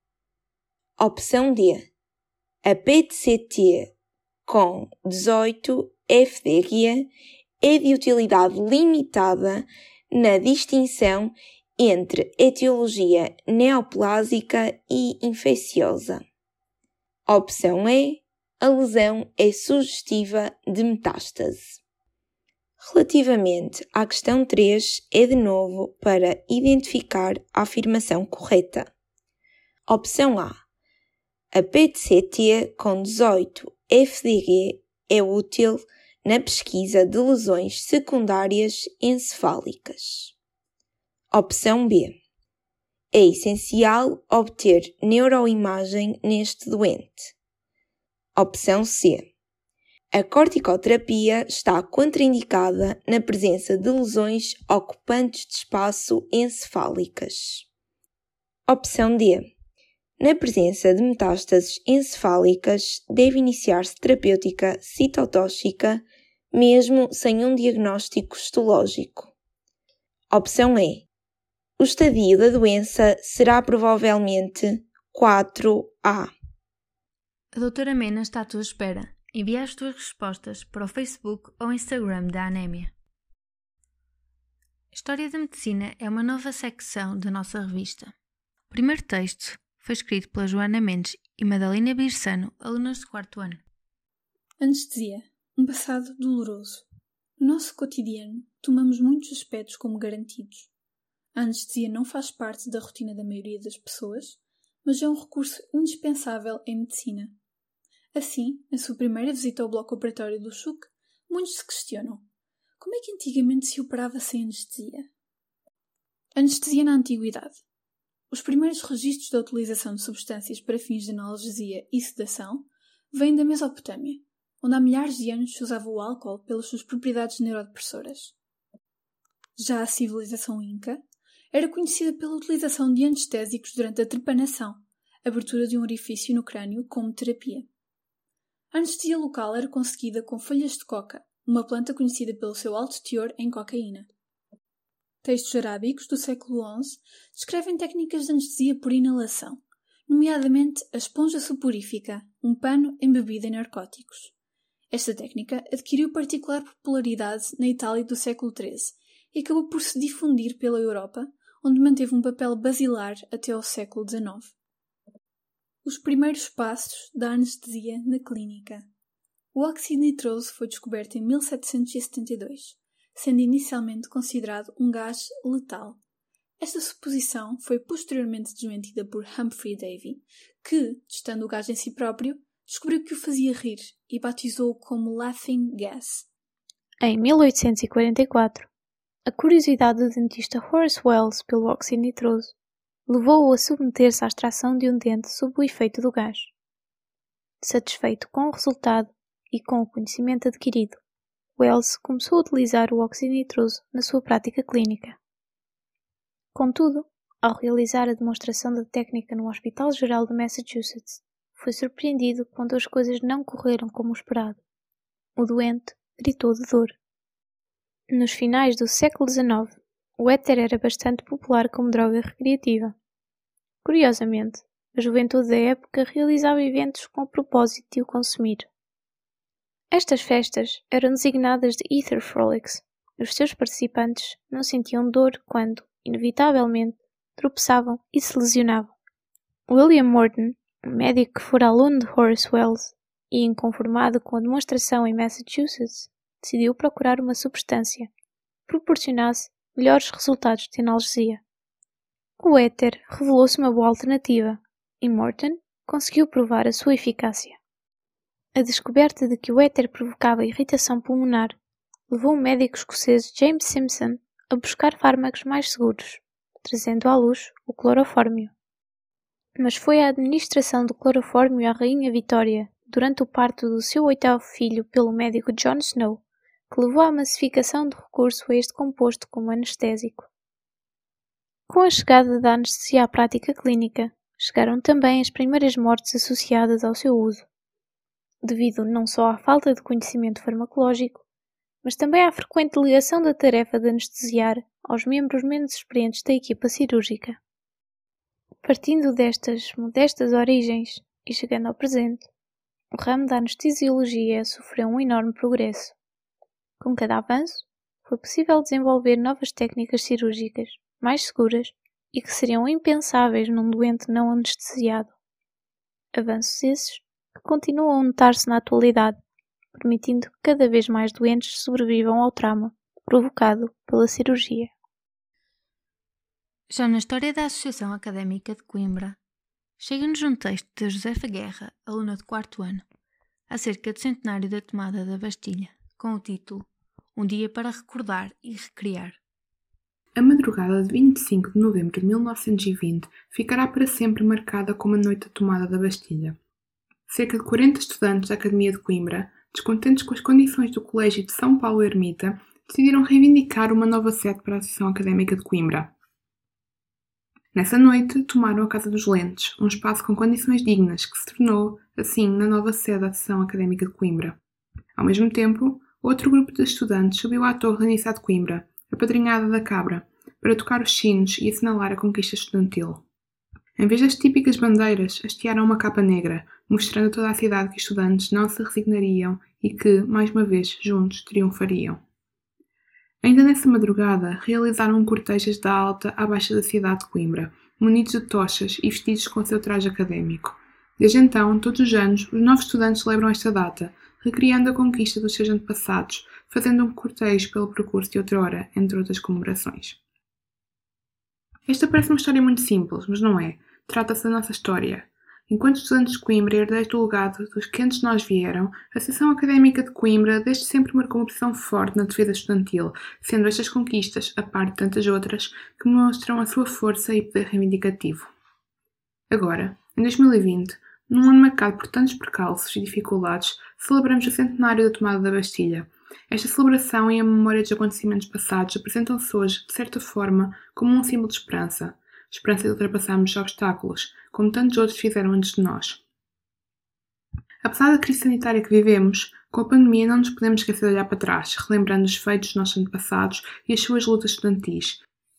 Opção D. A PET-CT com 18 FDG é de utilidade limitada na distinção entre etiologia neoplásica e infecciosa. Opção E. A lesão é sugestiva de metástase. Relativamente à questão 3, é de novo para identificar a afirmação correta. Opção A. A PET-CT com 18 FDG é útil na pesquisa de lesões secundárias encefálicas. Opção B. É essencial obter neuroimagem neste doente. Opção C. A corticoterapia está contraindicada na presença de lesões ocupantes de espaço encefálicas. Opção D. Na presença de metástases encefálicas, deve iniciar-se terapêutica citotóxica, mesmo sem um diagnóstico histológico. Opção E. O estadio da doença será provavelmente 4A. A doutora Mena está à tua espera. Envia as tuas respostas para o Facebook ou Instagram da Anémia. História da Medicina é uma nova secção da nossa revista. O primeiro texto foi escrito pela Joana Mendes e Madalena Birsano, alunas do 4º ano. Anestesia. Um passado doloroso. No nosso cotidiano, tomamos muitos aspectos como garantidos. A anestesia não faz parte da rotina da maioria das pessoas, mas é um recurso indispensável em medicina. Assim, na sua primeira visita ao bloco operatório do CHUC, muitos se questionam: como é que antigamente se operava sem anestesia? Anestesia na Antiguidade. Os primeiros registros da utilização de substâncias para fins de analgesia e sedação vêm da Mesopotâmia, onde há milhares de anos se usava o álcool pelas suas propriedades neurodepressoras. Já a civilização Inca era conhecida pela utilização de anestésicos durante a trepanação, abertura de um orifício no crânio como terapia. A anestesia local era conseguida com folhas de coca, uma planta conhecida pelo seu alto teor em cocaína. Textos arábicos do século XI descrevem técnicas de anestesia por inalação, nomeadamente a esponja suporífica, um pano embebido em narcóticos. Esta técnica adquiriu particular popularidade na Itália do século XIII e acabou por se difundir pela Europa, onde manteve um papel basilar até ao século XIX. Os primeiros passos da anestesia na clínica. O óxido nitroso foi descoberto em 1772, sendo inicialmente considerado um gás letal. Esta suposição foi posteriormente desmentida por Humphrey Davy, que, testando o gás em si próprio, descobriu que o fazia rir e batizou-o como laughing gas. Em 1844, a curiosidade do dentista Horace Wells pelo óxido nitroso levou-o a submeter-se à extração de um dente sob o efeito do gás. Satisfeito com o resultado e com o conhecimento adquirido, Wells começou a utilizar o óxido nitroso na sua prática clínica. Contudo, ao realizar a demonstração da técnica no Hospital Geral de Massachusetts, foi surpreendido quando as coisas não correram como esperado. O doente gritou de dor. Nos finais do século XIX, o éter era bastante popular como droga recreativa. Curiosamente, a juventude da época realizava eventos com o propósito de o consumir. Estas festas eram designadas de Ether Frolics. Os seus participantes não sentiam dor quando, inevitavelmente, tropeçavam e se lesionavam. William Morton, um médico que fora aluno de Horace Wells e inconformado com a demonstração em Massachusetts, decidiu procurar uma substância que proporcionasse melhores resultados de analgesia. O éter revelou-se uma boa alternativa e Morton conseguiu provar a sua eficácia. A descoberta de que o éter provocava irritação pulmonar levou o médico escocês James Simpson a buscar fármacos mais seguros, trazendo à luz o clorofórmio. Mas foi a administração do clorofórmio à Rainha Vitória durante o parto do seu 8º filho pelo médico John Snow que levou à massificação do recurso a este composto como anestésico. Com a chegada da anestesia à prática clínica, chegaram também as primeiras mortes associadas ao seu uso. devido não só à falta de conhecimento farmacológico, mas também à frequente delegação da tarefa de anestesiar aos membros menos experientes da equipa cirúrgica. Partindo destas modestas origens e chegando ao presente, o ramo da anestesiologia sofreu um enorme progresso. Com cada avanço, foi possível desenvolver novas técnicas cirúrgicas mais seguras e que seriam impensáveis num doente não anestesiado. Avanços esses que continuam a notar-se na atualidade, permitindo que cada vez mais doentes sobrevivam ao trauma provocado pela cirurgia. Já na história da Associação Académica de Coimbra, chega-nos um texto de Josefa Guerra, aluna de 4º ano, acerca do centenário da tomada da Bastilha, com o título Um dia para recordar e recriar. A madrugada de 25 de novembro de 1920 ficará para sempre marcada como a noite da tomada da Bastilha. Cerca de 40 estudantes da Academia de Coimbra, descontentes com as condições do Colégio de São Paulo Ermita, decidiram reivindicar uma nova sede para a Associação Académica de Coimbra. Nessa noite, tomaram a Casa dos Lentes, um espaço com condições dignas que se tornou, assim, na nova sede da Associação Académica de Coimbra. Ao mesmo tempo, outro grupo de estudantes subiu à Torre da Universidade de Coimbra, apadrinhada da Cabra, para tocar os sinos e assinalar a conquista estudantil. Em vez das típicas bandeiras, hastearam uma capa negra, mostrando a toda a cidade que os estudantes não se resignariam e que, mais uma vez, juntos triunfariam. Ainda nessa madrugada, realizaram um cortejo da alta à baixa da cidade de Coimbra, munidos de tochas e vestidos com o seu traje académico. Desde então, todos os anos, os novos estudantes celebram esta data, recriando a conquista dos seus antepassados, fazendo um cortejo pelo percurso de outrora, entre outras comemorações. Esta parece uma história muito simples, mas não é. Trata-se da nossa história. Enquanto estudantes de Coimbra e herdeiros do legado dos que antes de nós vieram, a Associação Académica de Coimbra desde sempre marcou uma posição forte na defesa estudantil, sendo estas conquistas, a par de tantas outras, que mostram a sua força e poder reivindicativo. Agora, em 2020, num ano marcado por tantos percalços e dificuldades, celebramos o centenário da tomada da Bastilha. Esta celebração e a memória dos acontecimentos passados apresentam-se hoje, de certa forma, como um símbolo de esperança. Esperança de ultrapassarmos os obstáculos, como tantos outros fizeram antes de nós. Apesar da crise sanitária que vivemos, com a pandemia não nos podemos esquecer de olhar para trás, relembrando os feitos dos nossos antepassados e as suas lutas estudantis.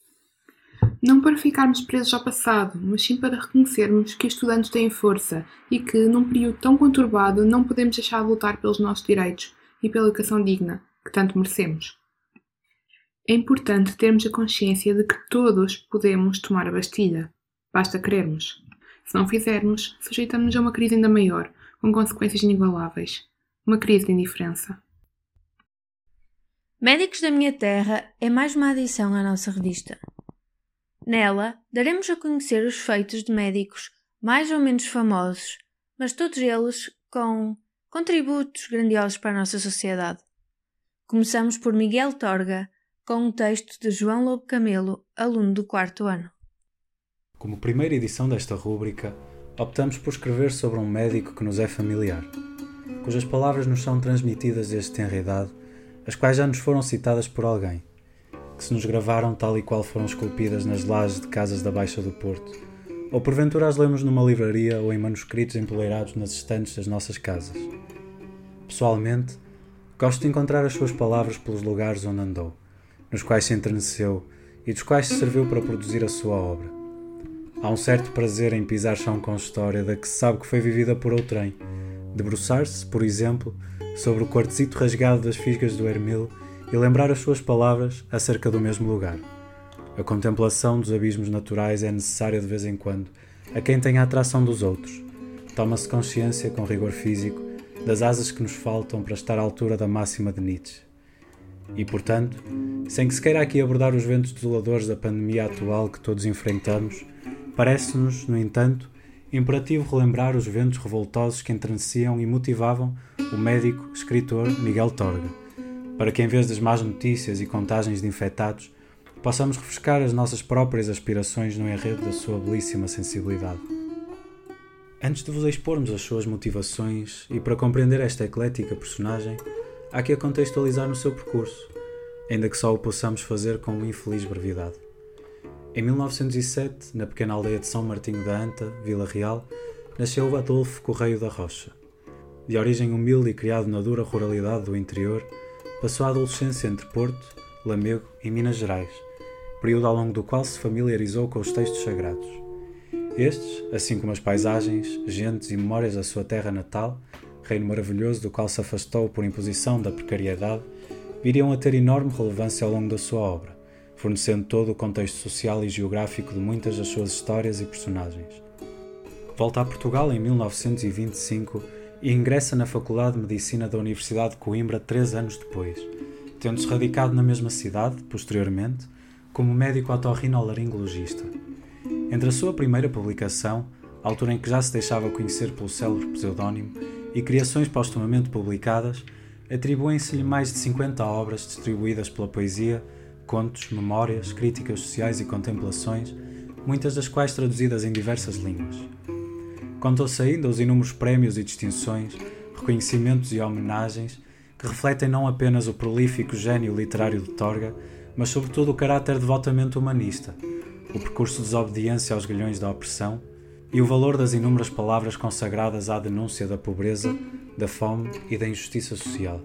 Não para ficarmos presos ao passado, mas sim para reconhecermos que os estudantes têm força e que, num período tão conturbado, não podemos deixar de lutar pelos nossos direitos e pela educação digna, que tanto merecemos. É importante termos a consciência de que todos podemos tomar a Bastilha. Basta querermos. Se não fizermos, sujeitamos-nos a uma crise ainda maior, com consequências inigualáveis. Uma crise de indiferença. Médicos da Minha Terra é mais uma adição à nossa revista. Nela, daremos a conhecer os feitos de médicos mais ou menos famosos, mas todos eles com contributos grandiosos para a nossa sociedade. Começamos por Miguel Torga, com um texto de João Lobo Camelo, aluno do 4º ano. Como primeira edição desta rúbrica, optamos por escrever sobre um médico que nos é familiar, cujas palavras nos são transmitidas desde tenra idade, as quais já nos foram citadas por alguém, que se nos gravaram tal e qual foram esculpidas nas lajes de casas da Baixa do Porto, ou porventura as lemos numa livraria ou em manuscritos empoleirados nas estantes das nossas casas. Pessoalmente, gosto de encontrar as suas palavras pelos lugares onde andou, nos quais se enterneceu e dos quais se serviu para produzir a sua obra. Há um certo prazer em pisar chão com história da que se sabe que foi vivida por outrem, debruçar-se, por exemplo, sobre o quartzito rasgado das fisgas do Hermilo e lembrar as suas palavras acerca do mesmo lugar. A contemplação dos abismos naturais é necessária de vez em quando a quem tem a atração dos outros. Toma-se consciência, com rigor físico, das asas que nos faltam para estar à altura da máxima de Nietzsche. E, portanto, sem que se queira aqui abordar os ventos desoladores da pandemia atual que todos enfrentamos, parece-nos, no entanto, imperativo relembrar os ventos revoltosos que enterneciam e motivavam o médico, escritor Miguel Torga, para que em vez das más notícias e contagens de infectados, possamos refrescar as nossas próprias aspirações no enredo da sua belíssima sensibilidade. Antes de vos expormos as suas motivações e para compreender esta eclética personagem, há que a contextualizar no seu percurso, ainda que só o possamos fazer com uma infeliz brevidade. Em 1907, na pequena aldeia de São Martinho da Anta, Vila Real, nasceu Adolfo Correio da Rocha. De origem humilde e criado na dura ruralidade do interior, passou a adolescência entre Porto, Lamego e Minas Gerais, período ao longo do qual se familiarizou com os textos sagrados. Estes, assim como as paisagens, gentes e memórias da sua terra natal, reino maravilhoso do qual se afastou por imposição da precariedade, viriam a ter enorme relevância ao longo da sua obra, fornecendo todo o contexto social e geográfico de muitas das suas histórias e personagens. Volta a Portugal em 1925 e ingressa na Faculdade de Medicina da Universidade de Coimbra 3 anos depois, tendo-se radicado na mesma cidade, posteriormente, como médico otorrinolaringologista. Entre a sua primeira publicação, a altura em que já se deixava conhecer pelo célebre pseudónimo, e criações postumamente publicadas, atribuem-se-lhe mais de 50 obras distribuídas pela poesia, contos, memórias, críticas sociais e contemplações, muitas das quais traduzidas em diversas línguas. Contam-se ainda os inúmeros prémios e distinções, reconhecimentos e homenagens que refletem não apenas o prolífico gênio literário de Torga, mas sobretudo o caráter devotamente humanista, o percurso de desobediência aos grilhões da opressão e o valor das inúmeras palavras consagradas à denúncia da pobreza, da fome e da injustiça social.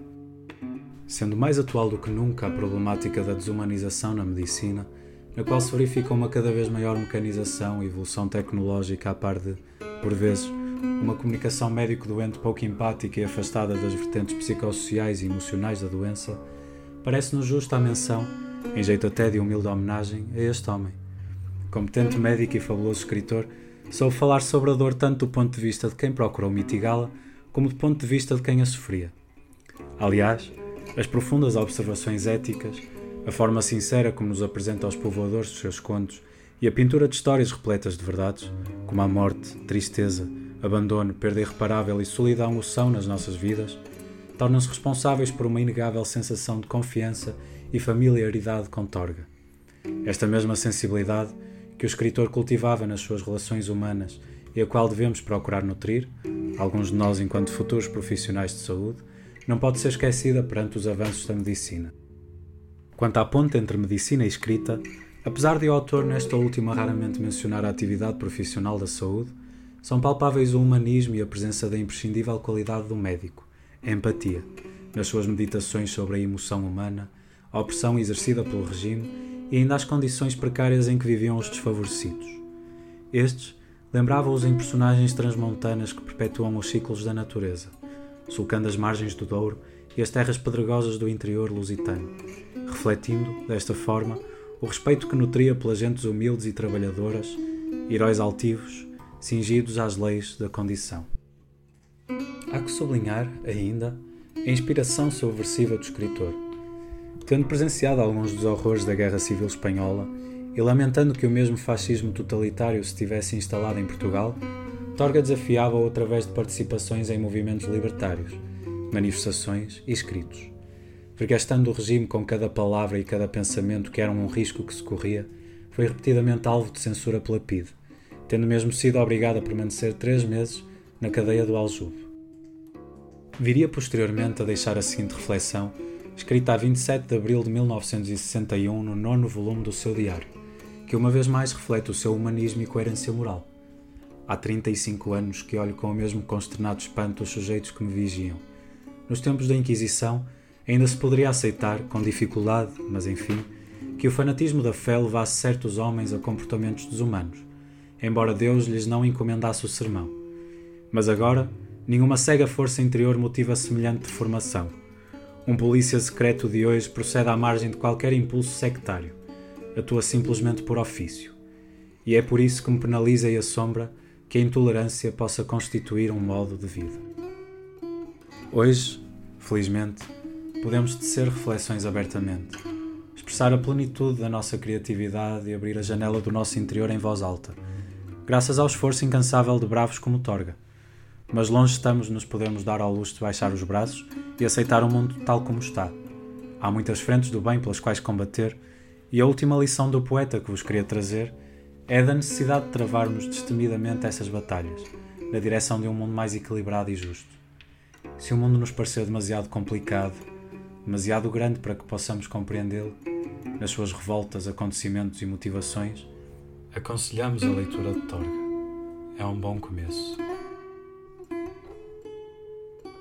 Sendo mais atual do que nunca a problemática da desumanização na medicina, na qual se verifica uma cada vez maior mecanização e evolução tecnológica a par de, por vezes, uma comunicação médico-doente pouco empática e afastada das vertentes psicossociais e emocionais da doença, parece-nos justa a menção, em jeito até de humilde homenagem, a este homem. Competente médico e fabuloso escritor, soube falar sobre a dor tanto do ponto de vista de quem procurou mitigá-la, como do ponto de vista de quem a sofria. Aliás, as profundas observações éticas, a forma sincera como nos apresenta aos povoadores dos seus contos e a pintura de histórias repletas de verdades, como a morte, tristeza, abandono, perda irreparável e solidão o são nas nossas vidas, tornam-se responsáveis por uma inegável sensação de confiança e familiaridade com Torga. Esta mesma sensibilidade que o escritor cultivava nas suas relações humanas e a qual devemos procurar nutrir, alguns de nós enquanto futuros profissionais de saúde, não pode ser esquecida perante os avanços da medicina. Quanto à ponte entre medicina e escrita, apesar de o autor nesta última raramente mencionar a atividade profissional da saúde, são palpáveis o humanismo e a presença da imprescindível qualidade do médico, a empatia, nas suas meditações sobre a emoção humana, a opressão exercida pelo regime e ainda as condições precárias em que viviam os desfavorecidos. Estes lembravam-os em personagens transmontanas que perpetuam os ciclos da natureza, sulcando as margens do Douro e as terras pedregosas do interior lusitano, refletindo, desta forma, o respeito que nutria pelas gentes humildes e trabalhadoras, heróis altivos, cingidos às leis da condição. Há que sublinhar, ainda, a inspiração subversiva do escritor. Tendo presenciado alguns dos horrores da Guerra Civil Espanhola e lamentando que o mesmo fascismo totalitário se tivesse instalado em Portugal, Torga desafiava-o através de participações em movimentos libertários, manifestações e escritos. Vergastando o regime com cada palavra e cada pensamento que eram um risco que se corria, foi repetidamente alvo de censura pela PIDE, tendo mesmo sido obrigado a permanecer 3 meses na cadeia do Aljube. Viria posteriormente a deixar a seguinte reflexão, escrita a 27 de abril de 1961 no 9º volume do seu diário, que uma vez mais reflete o seu humanismo e coerência moral. Há 35 anos que olho com o mesmo consternado espanto os sujeitos que me vigiam. Nos tempos da Inquisição, ainda se poderia aceitar, com dificuldade, mas enfim, que o fanatismo da fé levasse certos homens a comportamentos desumanos, embora Deus lhes não encomendasse o sermão. Mas agora, nenhuma cega força interior motiva semelhante deformação. Um polícia secreto de hoje procede à margem de qualquer impulso sectário. Atua simplesmente por ofício. E é por isso que me penaliza e assombra que a intolerância possa constituir um modo de vida. Hoje, felizmente, podemos tecer reflexões abertamente, expressar a plenitude da nossa criatividade e abrir a janela do nosso interior em voz alta, graças ao esforço incansável de bravos como Torga. Mas longe estamos de nos podermos dar ao luxo de baixar os braços e aceitar o mundo tal como está. Há muitas frentes do bem pelas quais combater, e a última lição do poeta que vos queria trazer é da necessidade de travarmos destemidamente essas batalhas, na direção de um mundo mais equilibrado e justo. Se o mundo nos parecer demasiado complicado, demasiado grande para que possamos compreendê-lo, nas suas revoltas, acontecimentos e motivações, aconselhamos a leitura de Torga. É um bom começo.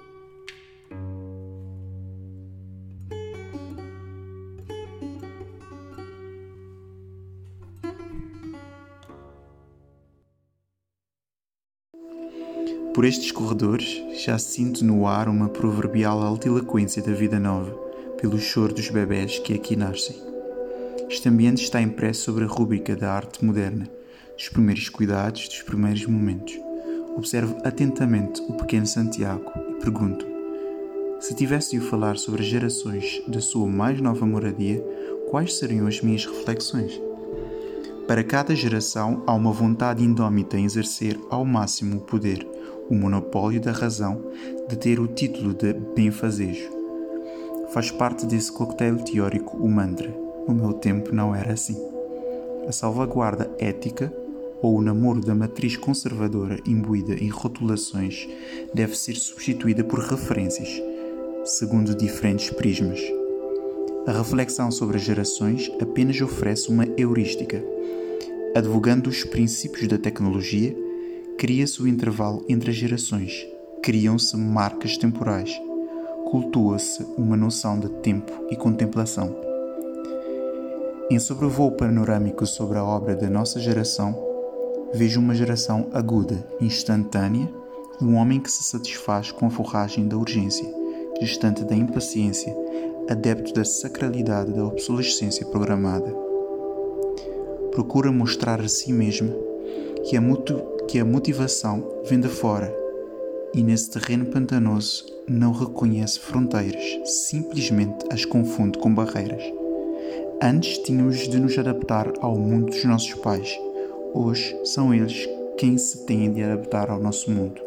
Por estes corredores já sinto no ar uma proverbial altiloquência da vida nova, pelo choro dos bebés que aqui nascem. Este ambiente está impresso sobre a rúbrica da arte moderna, dos primeiros cuidados, dos primeiros momentos. Observo atentamente o pequeno Santiago e pergunto: se tivesse de o falar sobre as gerações da sua mais nova moradia, quais seriam as minhas reflexões? Para cada geração há uma vontade indómita em exercer ao máximo o poder, o monopólio da razão, de ter o título de benfazejo. Faz parte desse coquetel teórico o mantra: no meu tempo não era assim. A salvaguarda ética, ou o namoro da matriz conservadora imbuída em rotulações, deve ser substituída por referências, segundo diferentes prismas. A reflexão sobre as gerações apenas oferece uma heurística. Advogando os princípios da tecnologia, cria-se o intervalo entre as gerações, criam-se marcas temporais, cultua-se uma noção de tempo e contemplação. Em sobrevoo panorâmico sobre a obra da nossa geração, vejo uma geração aguda, instantânea, um homem que se satisfaz com a forragem da urgência, distante da impaciência, adepto da sacralidade da obsolescência programada. Procura mostrar a si mesma que a motivação vem de fora e nesse terreno pantanoso não reconhece fronteiras, simplesmente as confunde com barreiras. Antes tínhamos de nos adaptar ao mundo dos nossos pais. Hoje são eles quem se têm de adaptar ao nosso mundo.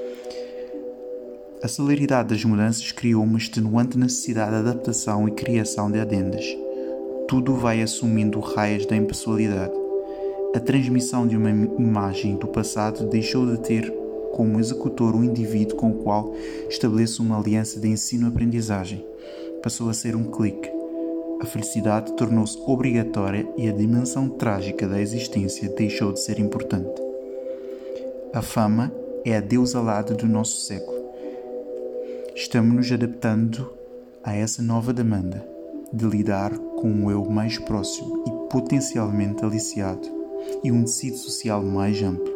A celeridade das mudanças criou uma extenuante necessidade de adaptação e criação de adendas. Tudo vai assumindo raias da impessoalidade. A transmissão de uma imagem do passado deixou de ter como executor o indivíduo com o qual estabeleço uma aliança de ensino-aprendizagem. Passou a ser um clique. A felicidade tornou-se obrigatória e a dimensão trágica da existência deixou de ser importante. A fama é a deusa alada do nosso século. Estamos nos adaptando a essa nova demanda de lidar com um eu mais próximo e potencialmente aliciado e um tecido social mais amplo.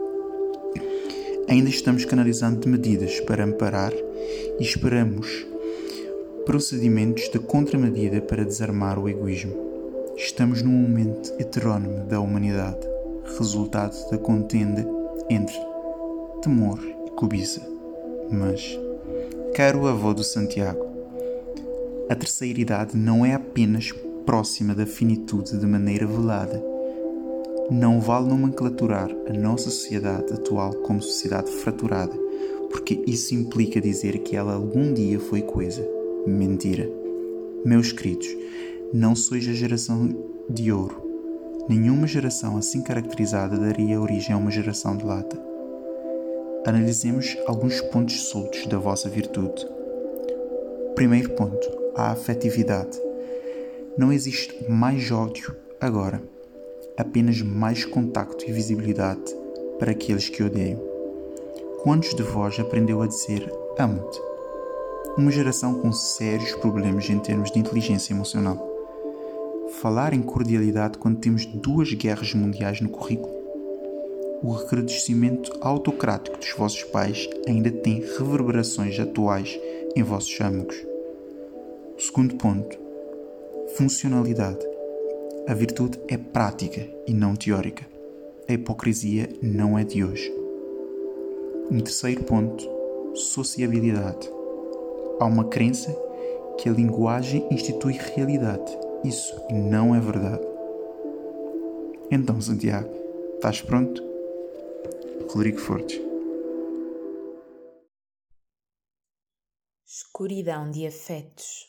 Ainda estamos canalizando medidas para amparar e esperamos procedimentos de contramedida para desarmar o egoísmo. Estamos num momento heterónimo da humanidade, resultado da contenda entre temor e cobiça. Mas, caro avô do Santiago, a terceira idade não é apenas próxima da finitude de maneira velada. Não vale nomenclaturar a nossa sociedade atual como sociedade fraturada, porque isso implica dizer que ela algum dia foi coesa. Mentira. Meus queridos, não sois a geração de ouro. Nenhuma geração assim caracterizada daria origem a uma geração de lata. Analisemos alguns pontos soltos da vossa virtude. Primeiro ponto, a afetividade. Não existe mais ódio agora, apenas mais contacto e visibilidade para aqueles que odeiam. Quantos de vós aprendeu a dizer amo-te? Uma geração com sérios problemas em termos de inteligência emocional. Falar em cordialidade quando temos 2 guerras mundiais no currículo? O recrudescimento autocrático dos vossos pais ainda tem reverberações atuais em vossos âmagos. O segundo ponto, funcionalidade. A virtude é prática e não teórica. A hipocrisia não é de hoje. Um terceiro ponto, sociabilidade. Há uma crença que a linguagem institui realidade. Isso não é verdade. Então, Santiago, estás pronto? Rodrigo Fortes. Escuridão de afetos.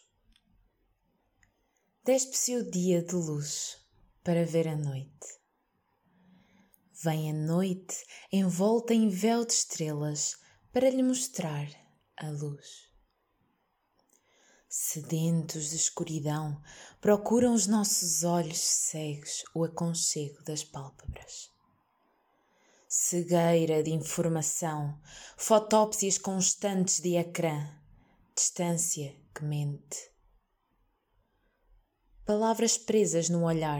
Despe-se o dia de luz para ver a noite. Vem a noite envolta em véu de estrelas para lhe mostrar a luz. Sedentos de escuridão, procuram os nossos olhos cegos o aconchego das pálpebras. Cegueira de informação, fotópsias constantes de ecrã, distância que mente. Palavras presas no olhar,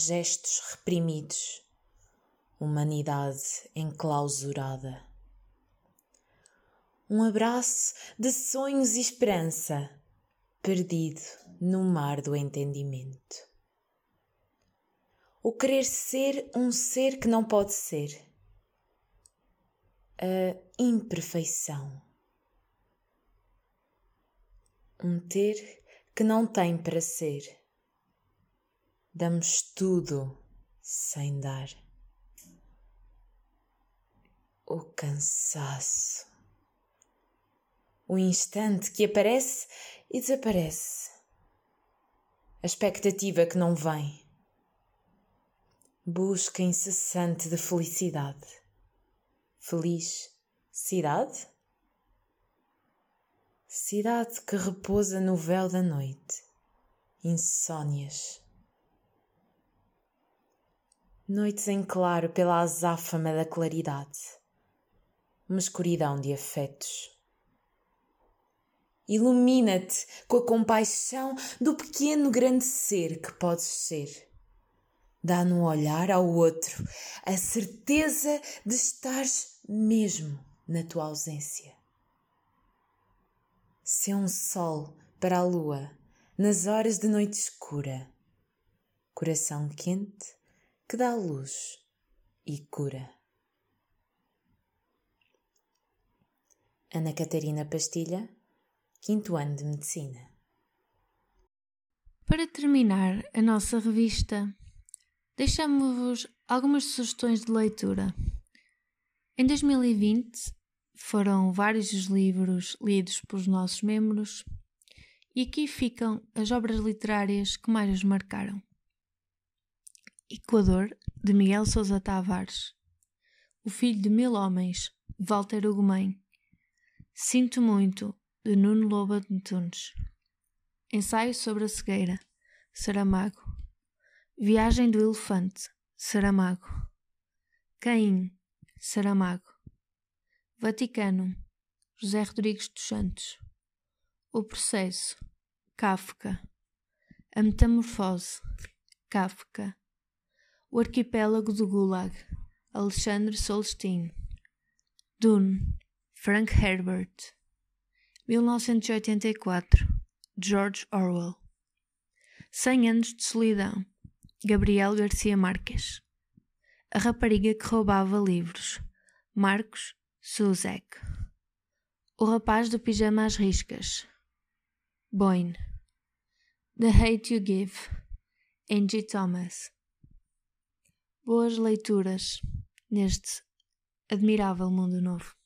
gestos reprimidos, humanidade enclausurada. Um abraço de sonhos e esperança, perdido no mar do entendimento. O querer ser um ser que não pode ser. A imperfeição. Um ter que não tem para ser. Damos tudo sem dar. O cansaço. O instante que aparece e desaparece. A expectativa que não vem. Busca incessante de felicidade. Felicidade? Cidade que repousa no véu da noite. Insônias. Noites em claro pela azáfama da claridade. Uma escuridão de afetos. Ilumina-te com a compaixão do pequeno grande ser que podes ser. Dá num olhar ao outro a certeza de estares mesmo na tua ausência. Sê um sol para a lua nas horas de noite escura. Coração quente que dá luz e cura. Ana Catarina Pastilha, 5º ano de Medicina. Para terminar a nossa revista, deixamos-vos algumas sugestões de leitura. Em 2020 foram vários os livros lidos pelos nossos membros e aqui ficam as obras literárias que mais os marcaram. Equador, de Miguel Sousa Tavares. O Filho de Mil Homens, de Walter Ugumem. Sinto Muito, de Nuno Lobo Antunes. Ensaio sobre a Cegueira, Saramago. Viagem do Elefante, Saramago. Caim, Saramago. Vaticano, José Rodrigues dos Santos. O Processo, Kafka. A Metamorfose, Kafka. O Arquipélago do Gulag, Alexandre Solestin. Dune, Frank Herbert. 1984, George Orwell. 100 anos de solidão, Gabriel Garcia Marques. A rapariga que roubava livros, Marcos Suzek. O rapaz do pijama às riscas, Boyne. The Hate You Give, Angie Thomas. Boas leituras neste admirável mundo novo.